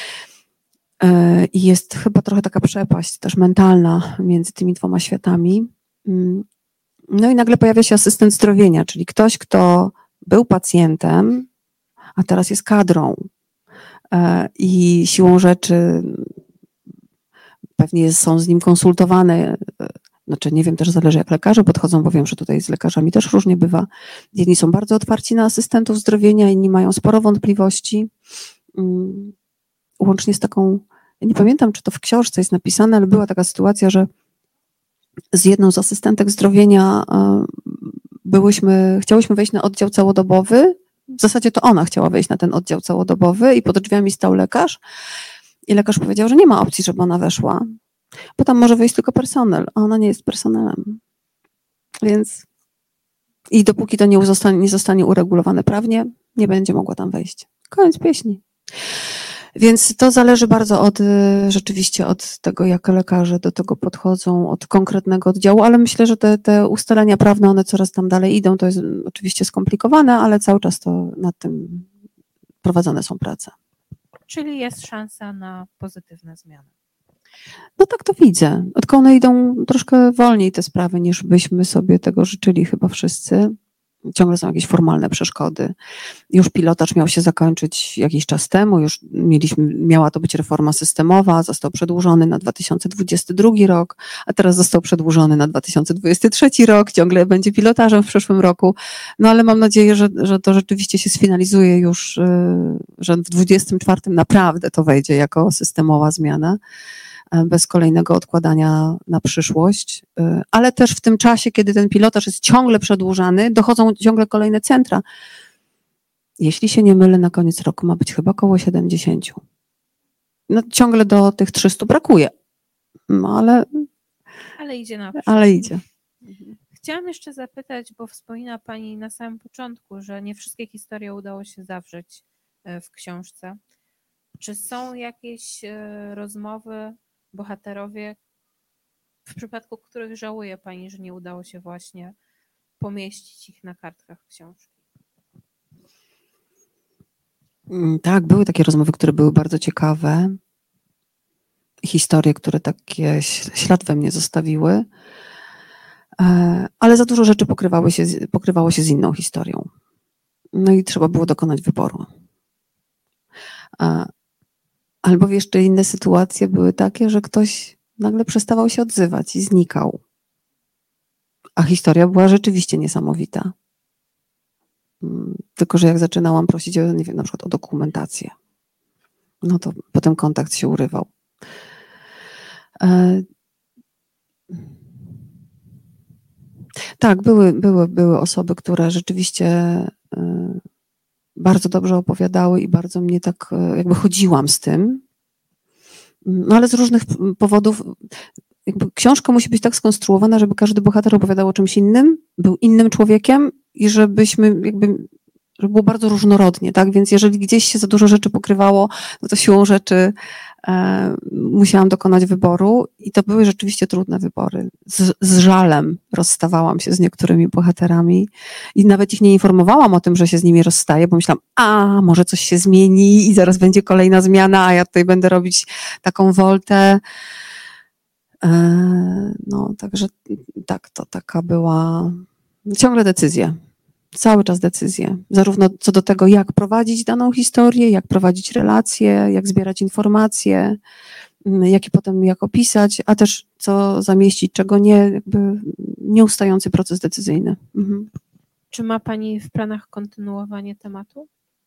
I jest chyba trochę taka przepaść też mentalna między tymi dwoma światami. No i nagle pojawia się asystent zdrowienia, czyli ktoś, kto był pacjentem, a teraz jest kadrą. I siłą rzeczy pewnie są z nim konsultowane, znaczy nie wiem, też zależy jak lekarze podchodzą, bo wiem, że tutaj z lekarzami też różnie bywa. Jedni są bardzo otwarci na asystentów zdrowienia, inni mają sporo wątpliwości. Łącznie z taką, ja nie pamiętam, czy to w książce jest napisane, ale była taka sytuacja, że z jedną z asystentek zdrowienia chciałyśmy wejść na oddział całodobowy. W zasadzie to ona chciała wejść na ten oddział całodobowy i pod drzwiami stał lekarz. I lekarz powiedział, że nie ma opcji, żeby ona weszła, bo tam może wejść tylko personel, a ona nie jest personelem. Więc i dopóki to nie zostanie uregulowane prawnie, nie będzie mogła tam wejść. Koniec pieśni. Więc to zależy bardzo rzeczywiście od tego, jak lekarze do tego podchodzą, od konkretnego oddziału, ale myślę, że te ustalenia prawne, one coraz tam dalej idą. To jest oczywiście skomplikowane, ale cały czas to nad tym prowadzone są prace. Czyli jest szansa na pozytywne zmiany. No tak to widzę. Tylko one idą troszkę wolniej te sprawy, niż byśmy sobie tego życzyli chyba wszyscy. Ciągle są jakieś formalne przeszkody. Już pilotaż miał się zakończyć jakiś czas temu, miała to być reforma systemowa, został przedłużony na 2022 rok, a teraz został przedłużony na 2023 rok, ciągle będzie pilotażem w przyszłym roku, no ale mam nadzieję, że to rzeczywiście się sfinalizuje już, że w 2024 naprawdę to wejdzie jako systemowa zmiana, bez kolejnego odkładania na przyszłość, ale też w tym czasie, kiedy ten pilotaż jest ciągle przedłużany, dochodzą ciągle kolejne centra. Jeśli się nie mylę, na koniec roku ma być chyba około 70. No, ciągle do tych 300 brakuje, no ale Ale idzie naprzód. Ale idzie. Chciałam jeszcze zapytać, bo wspomina Pani na samym początku, że nie wszystkie historie udało się zawrzeć w książce. Czy są jakieś rozmowy, bohaterowie, w przypadku których żałuje Pani, że nie udało się właśnie pomieścić ich na kartkach książki? Tak, były takie rozmowy, które były bardzo ciekawe. Historie, które takie ślad we mnie zostawiły. Ale za dużo rzeczy pokrywało się z inną historią. No i trzeba było dokonać wyboru. Albo jeszcze inne sytuacje były takie, że ktoś nagle przestawał się odzywać i znikał. A historia była rzeczywiście niesamowita. Tylko że jak zaczynałam prosić o, nie wiem, na przykład o dokumentację, no to potem kontakt się urywał. Tak, były osoby, które rzeczywiście bardzo dobrze opowiadały i bardzo mnie tak jakby chodziłam z tym. No ale z różnych powodów jakby książka musi być tak skonstruowana, żeby każdy bohater opowiadał o czymś innym, był innym człowiekiem i żeby było bardzo różnorodnie, tak? Więc jeżeli gdzieś się za dużo rzeczy pokrywało, no to siłą rzeczy musiałam dokonać wyboru i to były rzeczywiście trudne wybory. Z żalem rozstawałam się z niektórymi bohaterami i nawet ich nie informowałam o tym, że się z nimi rozstaję, bo myślałam, może coś się zmieni i zaraz będzie kolejna zmiana, a ja tutaj będę robić taką woltę. No, także tak, to taka była ciągle decyzja. Cały czas decyzje, zarówno co do tego, jak prowadzić daną historię, jak prowadzić relacje, jak zbierać informacje, jak opisać, a też co zamieścić, czego nie, jakby nieustający proces decyzyjny. Mhm. Czy ma Pani w planach kontynuowanie tematu?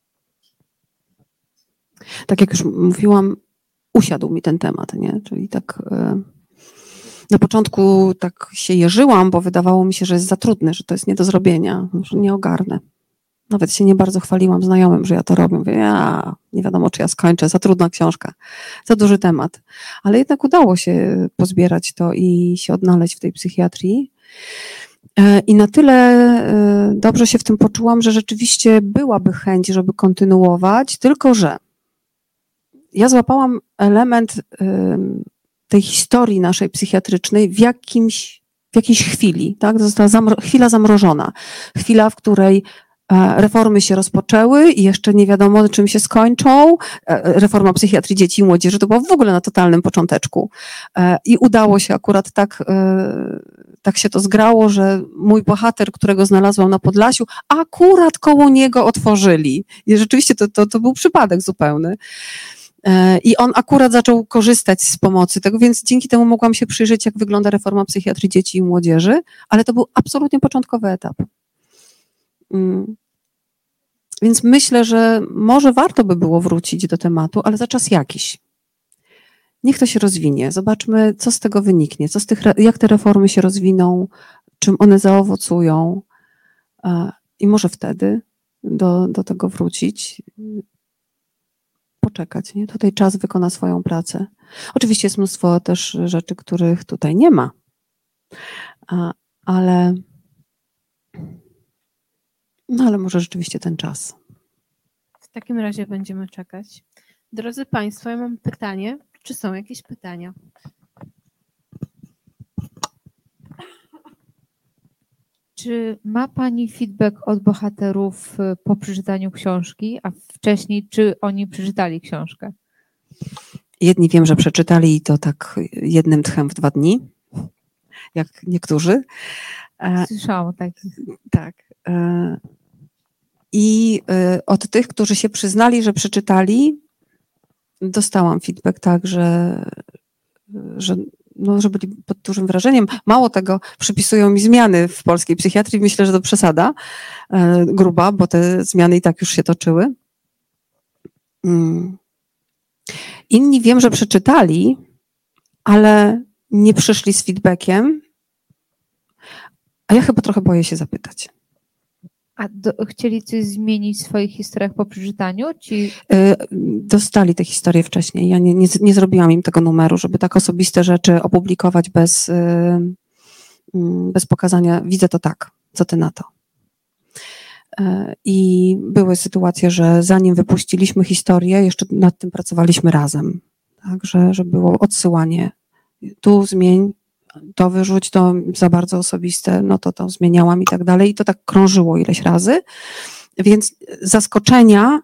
Tak jak już mówiłam, usiadł mi ten temat, nie? Czyli tak na początku tak się jeżyłam, bo wydawało mi się, że jest za trudny, że to jest nie do zrobienia, że nie ogarnę. Nawet się nie bardzo chwaliłam znajomym, że ja to robię. Mówię, nie wiadomo, czy ja skończę, za trudna książka, za duży temat. Ale jednak udało się pozbierać to i się odnaleźć w tej psychiatrii. I na tyle dobrze się w tym poczułam, że rzeczywiście byłaby chęć, żeby kontynuować, tylko że ja złapałam element tej historii naszej psychiatrycznej w jakiejś chwili, tak? Została chwila zamrożona. Chwila, w której reformy się rozpoczęły i jeszcze nie wiadomo, czym się skończą. Reforma psychiatrii dzieci i młodzieży to była w ogóle na totalnym począteczku. I udało się akurat tak się to zgrało, że mój bohater, którego znalazłam na Podlasiu, akurat koło niego otworzyli. I rzeczywiście to był przypadek zupełny. I on akurat zaczął korzystać z pomocy tego, więc dzięki temu mogłam się przyjrzeć, jak wygląda reforma psychiatrii dzieci i młodzieży, ale to był absolutnie początkowy etap. Więc myślę, że może warto by było wrócić do tematu, ale za czas jakiś. Niech to się rozwinie. Zobaczmy, co z tego wyniknie, jak te reformy się rozwiną, czym one zaowocują i może wtedy do tego wrócić. Poczekać, nie? Tutaj czas wykona swoją pracę. Oczywiście jest mnóstwo też rzeczy, których tutaj nie ma, ale może rzeczywiście ten czas. W takim razie będziemy czekać. Drodzy Państwo, ja mam pytanie. Czy są jakieś pytania? Czy ma Pani feedback od bohaterów po przeczytaniu książki, a wcześniej czy oni przeczytali książkę? Jedni wiem, że przeczytali i to tak jednym tchem w 2 dni, jak niektórzy. Słyszałam o takich. Tak. I od tych, którzy się przyznali, że przeczytali, dostałam feedback tak, że byli pod dużym wrażeniem. Mało tego, przypisują mi zmiany w polskiej psychiatrii. Myślę, że to przesada gruba, bo te zmiany i tak już się toczyły. Inni wiem, że przeczytali, ale nie przyszli z feedbackiem, a ja chyba trochę boję się zapytać. A chcieli coś zmienić w swoich historiach po przeczytaniu? Dostali te historie wcześniej. Ja nie zrobiłam im tego numeru, żeby tak osobiste rzeczy opublikować bez pokazania. Widzę to tak, co ty na to? I były sytuacje, że zanim wypuściliśmy historię, jeszcze nad tym pracowaliśmy razem. Tak, że było odsyłanie. Tu zmień, to wyrzuć, to za bardzo osobiste, no to zmieniałam i tak dalej. I to tak krążyło ileś razy. Więc zaskoczenia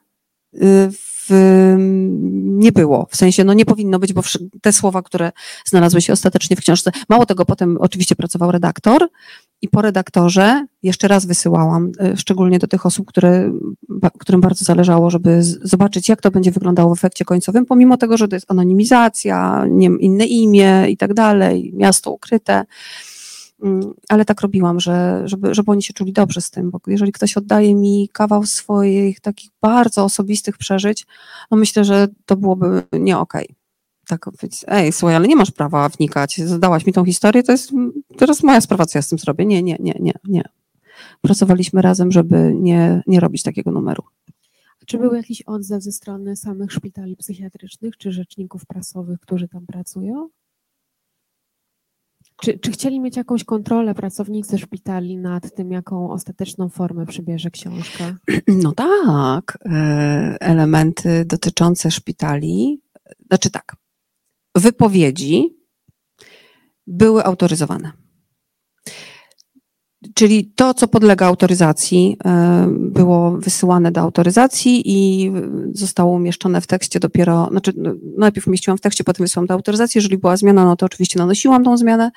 nie było. W sensie, no nie powinno być, bo te słowa, które znalazły się ostatecznie w książce, mało tego, potem oczywiście pracował redaktor i po redaktorze jeszcze raz wysyłałam, szczególnie do tych osób, którym bardzo zależało, żeby zobaczyć, jak to będzie wyglądało w efekcie końcowym, pomimo tego, że to jest anonimizacja, inne imię i tak dalej, miasto ukryte. Ale tak robiłam, żeby oni się czuli dobrze z tym, bo jeżeli ktoś oddaje mi kawał swoich takich bardzo osobistych przeżyć, no myślę, że to byłoby nie okej. Tak powiedzieć, słuchaj, ale nie masz prawa wnikać, zadałaś mi tą historię, to jest teraz moja sprawa, co ja z tym zrobię. Nie. Pracowaliśmy razem, żeby nie robić takiego numeru. Czy był jakiś odzew ze strony samych szpitali psychiatrycznych, czy rzeczników prasowych, którzy tam pracują? Czy chcieli mieć jakąś kontrolę pracownicy szpitali nad tym, jaką ostateczną formę przybierze książka? No tak, elementy dotyczące szpitali, znaczy tak, wypowiedzi były autoryzowane. Czyli to, co podlega autoryzacji, było wysyłane do autoryzacji i zostało umieszczone w tekście dopiero, znaczy najpierw umieściłam w tekście, potem wysłałam do autoryzacji. Jeżeli była zmiana, no to oczywiście nanosiłam tą zmianę,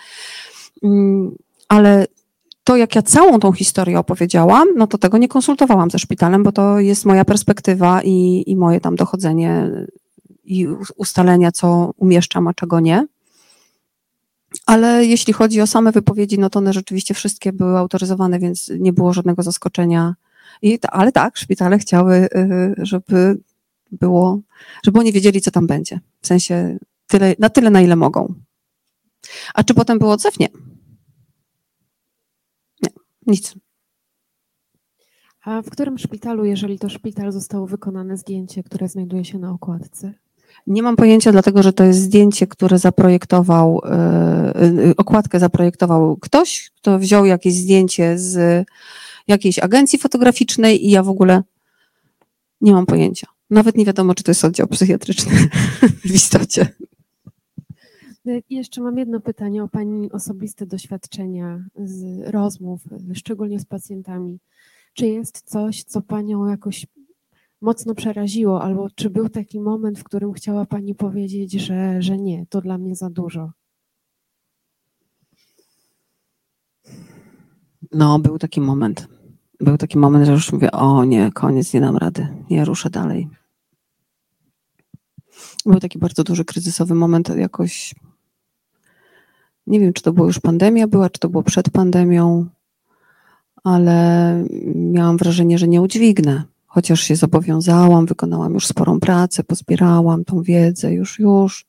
ale to, jak ja całą tą historię opowiedziałam, no to tego nie konsultowałam ze szpitalem, bo to jest moja perspektywa i moje tam dochodzenie i ustalenia, co umieszczam, a czego nie. Ale jeśli chodzi o same wypowiedzi, no to one rzeczywiście wszystkie były autoryzowane, więc nie było żadnego zaskoczenia. Ale tak, szpitale chciały, żeby oni wiedzieli, co tam będzie. W sensie na tyle, na ile mogą. A czy potem był odzew? Nie. Nie, nic. A w którym szpitalu, jeżeli to szpital, zostało wykonane zdjęcie, które znajduje się na okładce? Nie mam pojęcia, dlatego że to jest zdjęcie, które zaprojektował, okładkę zaprojektował ktoś, kto wziął jakieś zdjęcie z jakiejś agencji fotograficznej i ja w ogóle nie mam pojęcia. Nawet nie wiadomo, czy to jest oddział psychiatryczny w istocie. I jeszcze mam jedno pytanie o Pani osobiste doświadczenia z rozmów, szczególnie z pacjentami. Czy jest coś, co Panią jakoś mocno przeraziło, albo czy był taki moment, w którym chciała Pani powiedzieć, że nie, to dla mnie za dużo? No, był taki moment. Był taki moment, że już mówię, o nie, koniec, nie dam rady, nie ruszę dalej. Był taki bardzo duży kryzysowy moment, jakoś nie wiem, czy to była już pandemia była, czy to było przed pandemią, ale miałam wrażenie, że nie udźwignę. Chociaż się zobowiązałam, wykonałam już sporą pracę, pozbierałam tą wiedzę już.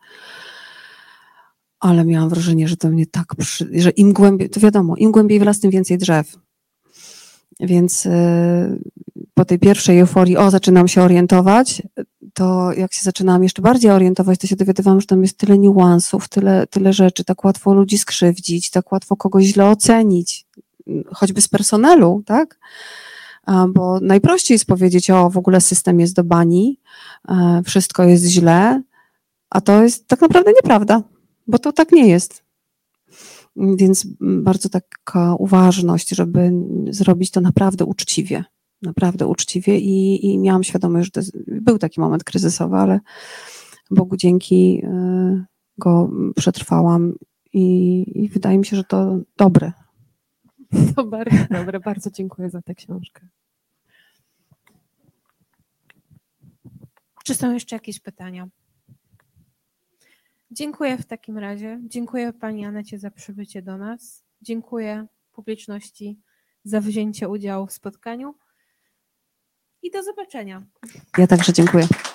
Ale miałam wrażenie, że to mnie tak, że im głębiej, to wiadomo, im głębiej w las, tym więcej drzew. Więc po tej pierwszej euforii, zaczynam się orientować, to jak się zaczynałam jeszcze bardziej orientować, to się dowiadywałam, że tam jest tyle niuansów, tyle rzeczy, tak łatwo ludzi skrzywdzić, tak łatwo kogoś źle ocenić, choćby z personelu, tak? Bo najprościej jest powiedzieć, w ogóle system jest do bani, wszystko jest źle, a to jest tak naprawdę nieprawda, bo to tak nie jest. Więc bardzo taka uważność, żeby zrobić to naprawdę uczciwie i miałam świadomość, że był taki moment kryzysowy, ale Bogu dzięki go przetrwałam i wydaje mi się, że to dobre. To bardzo dobre, bardzo dziękuję za tę książkę. Czy są jeszcze jakieś pytania? Dziękuję w takim razie. Dziękuję Pani Anecie za przybycie do nas. Dziękuję publiczności za wzięcie udziału w spotkaniu i do zobaczenia. Ja także dziękuję.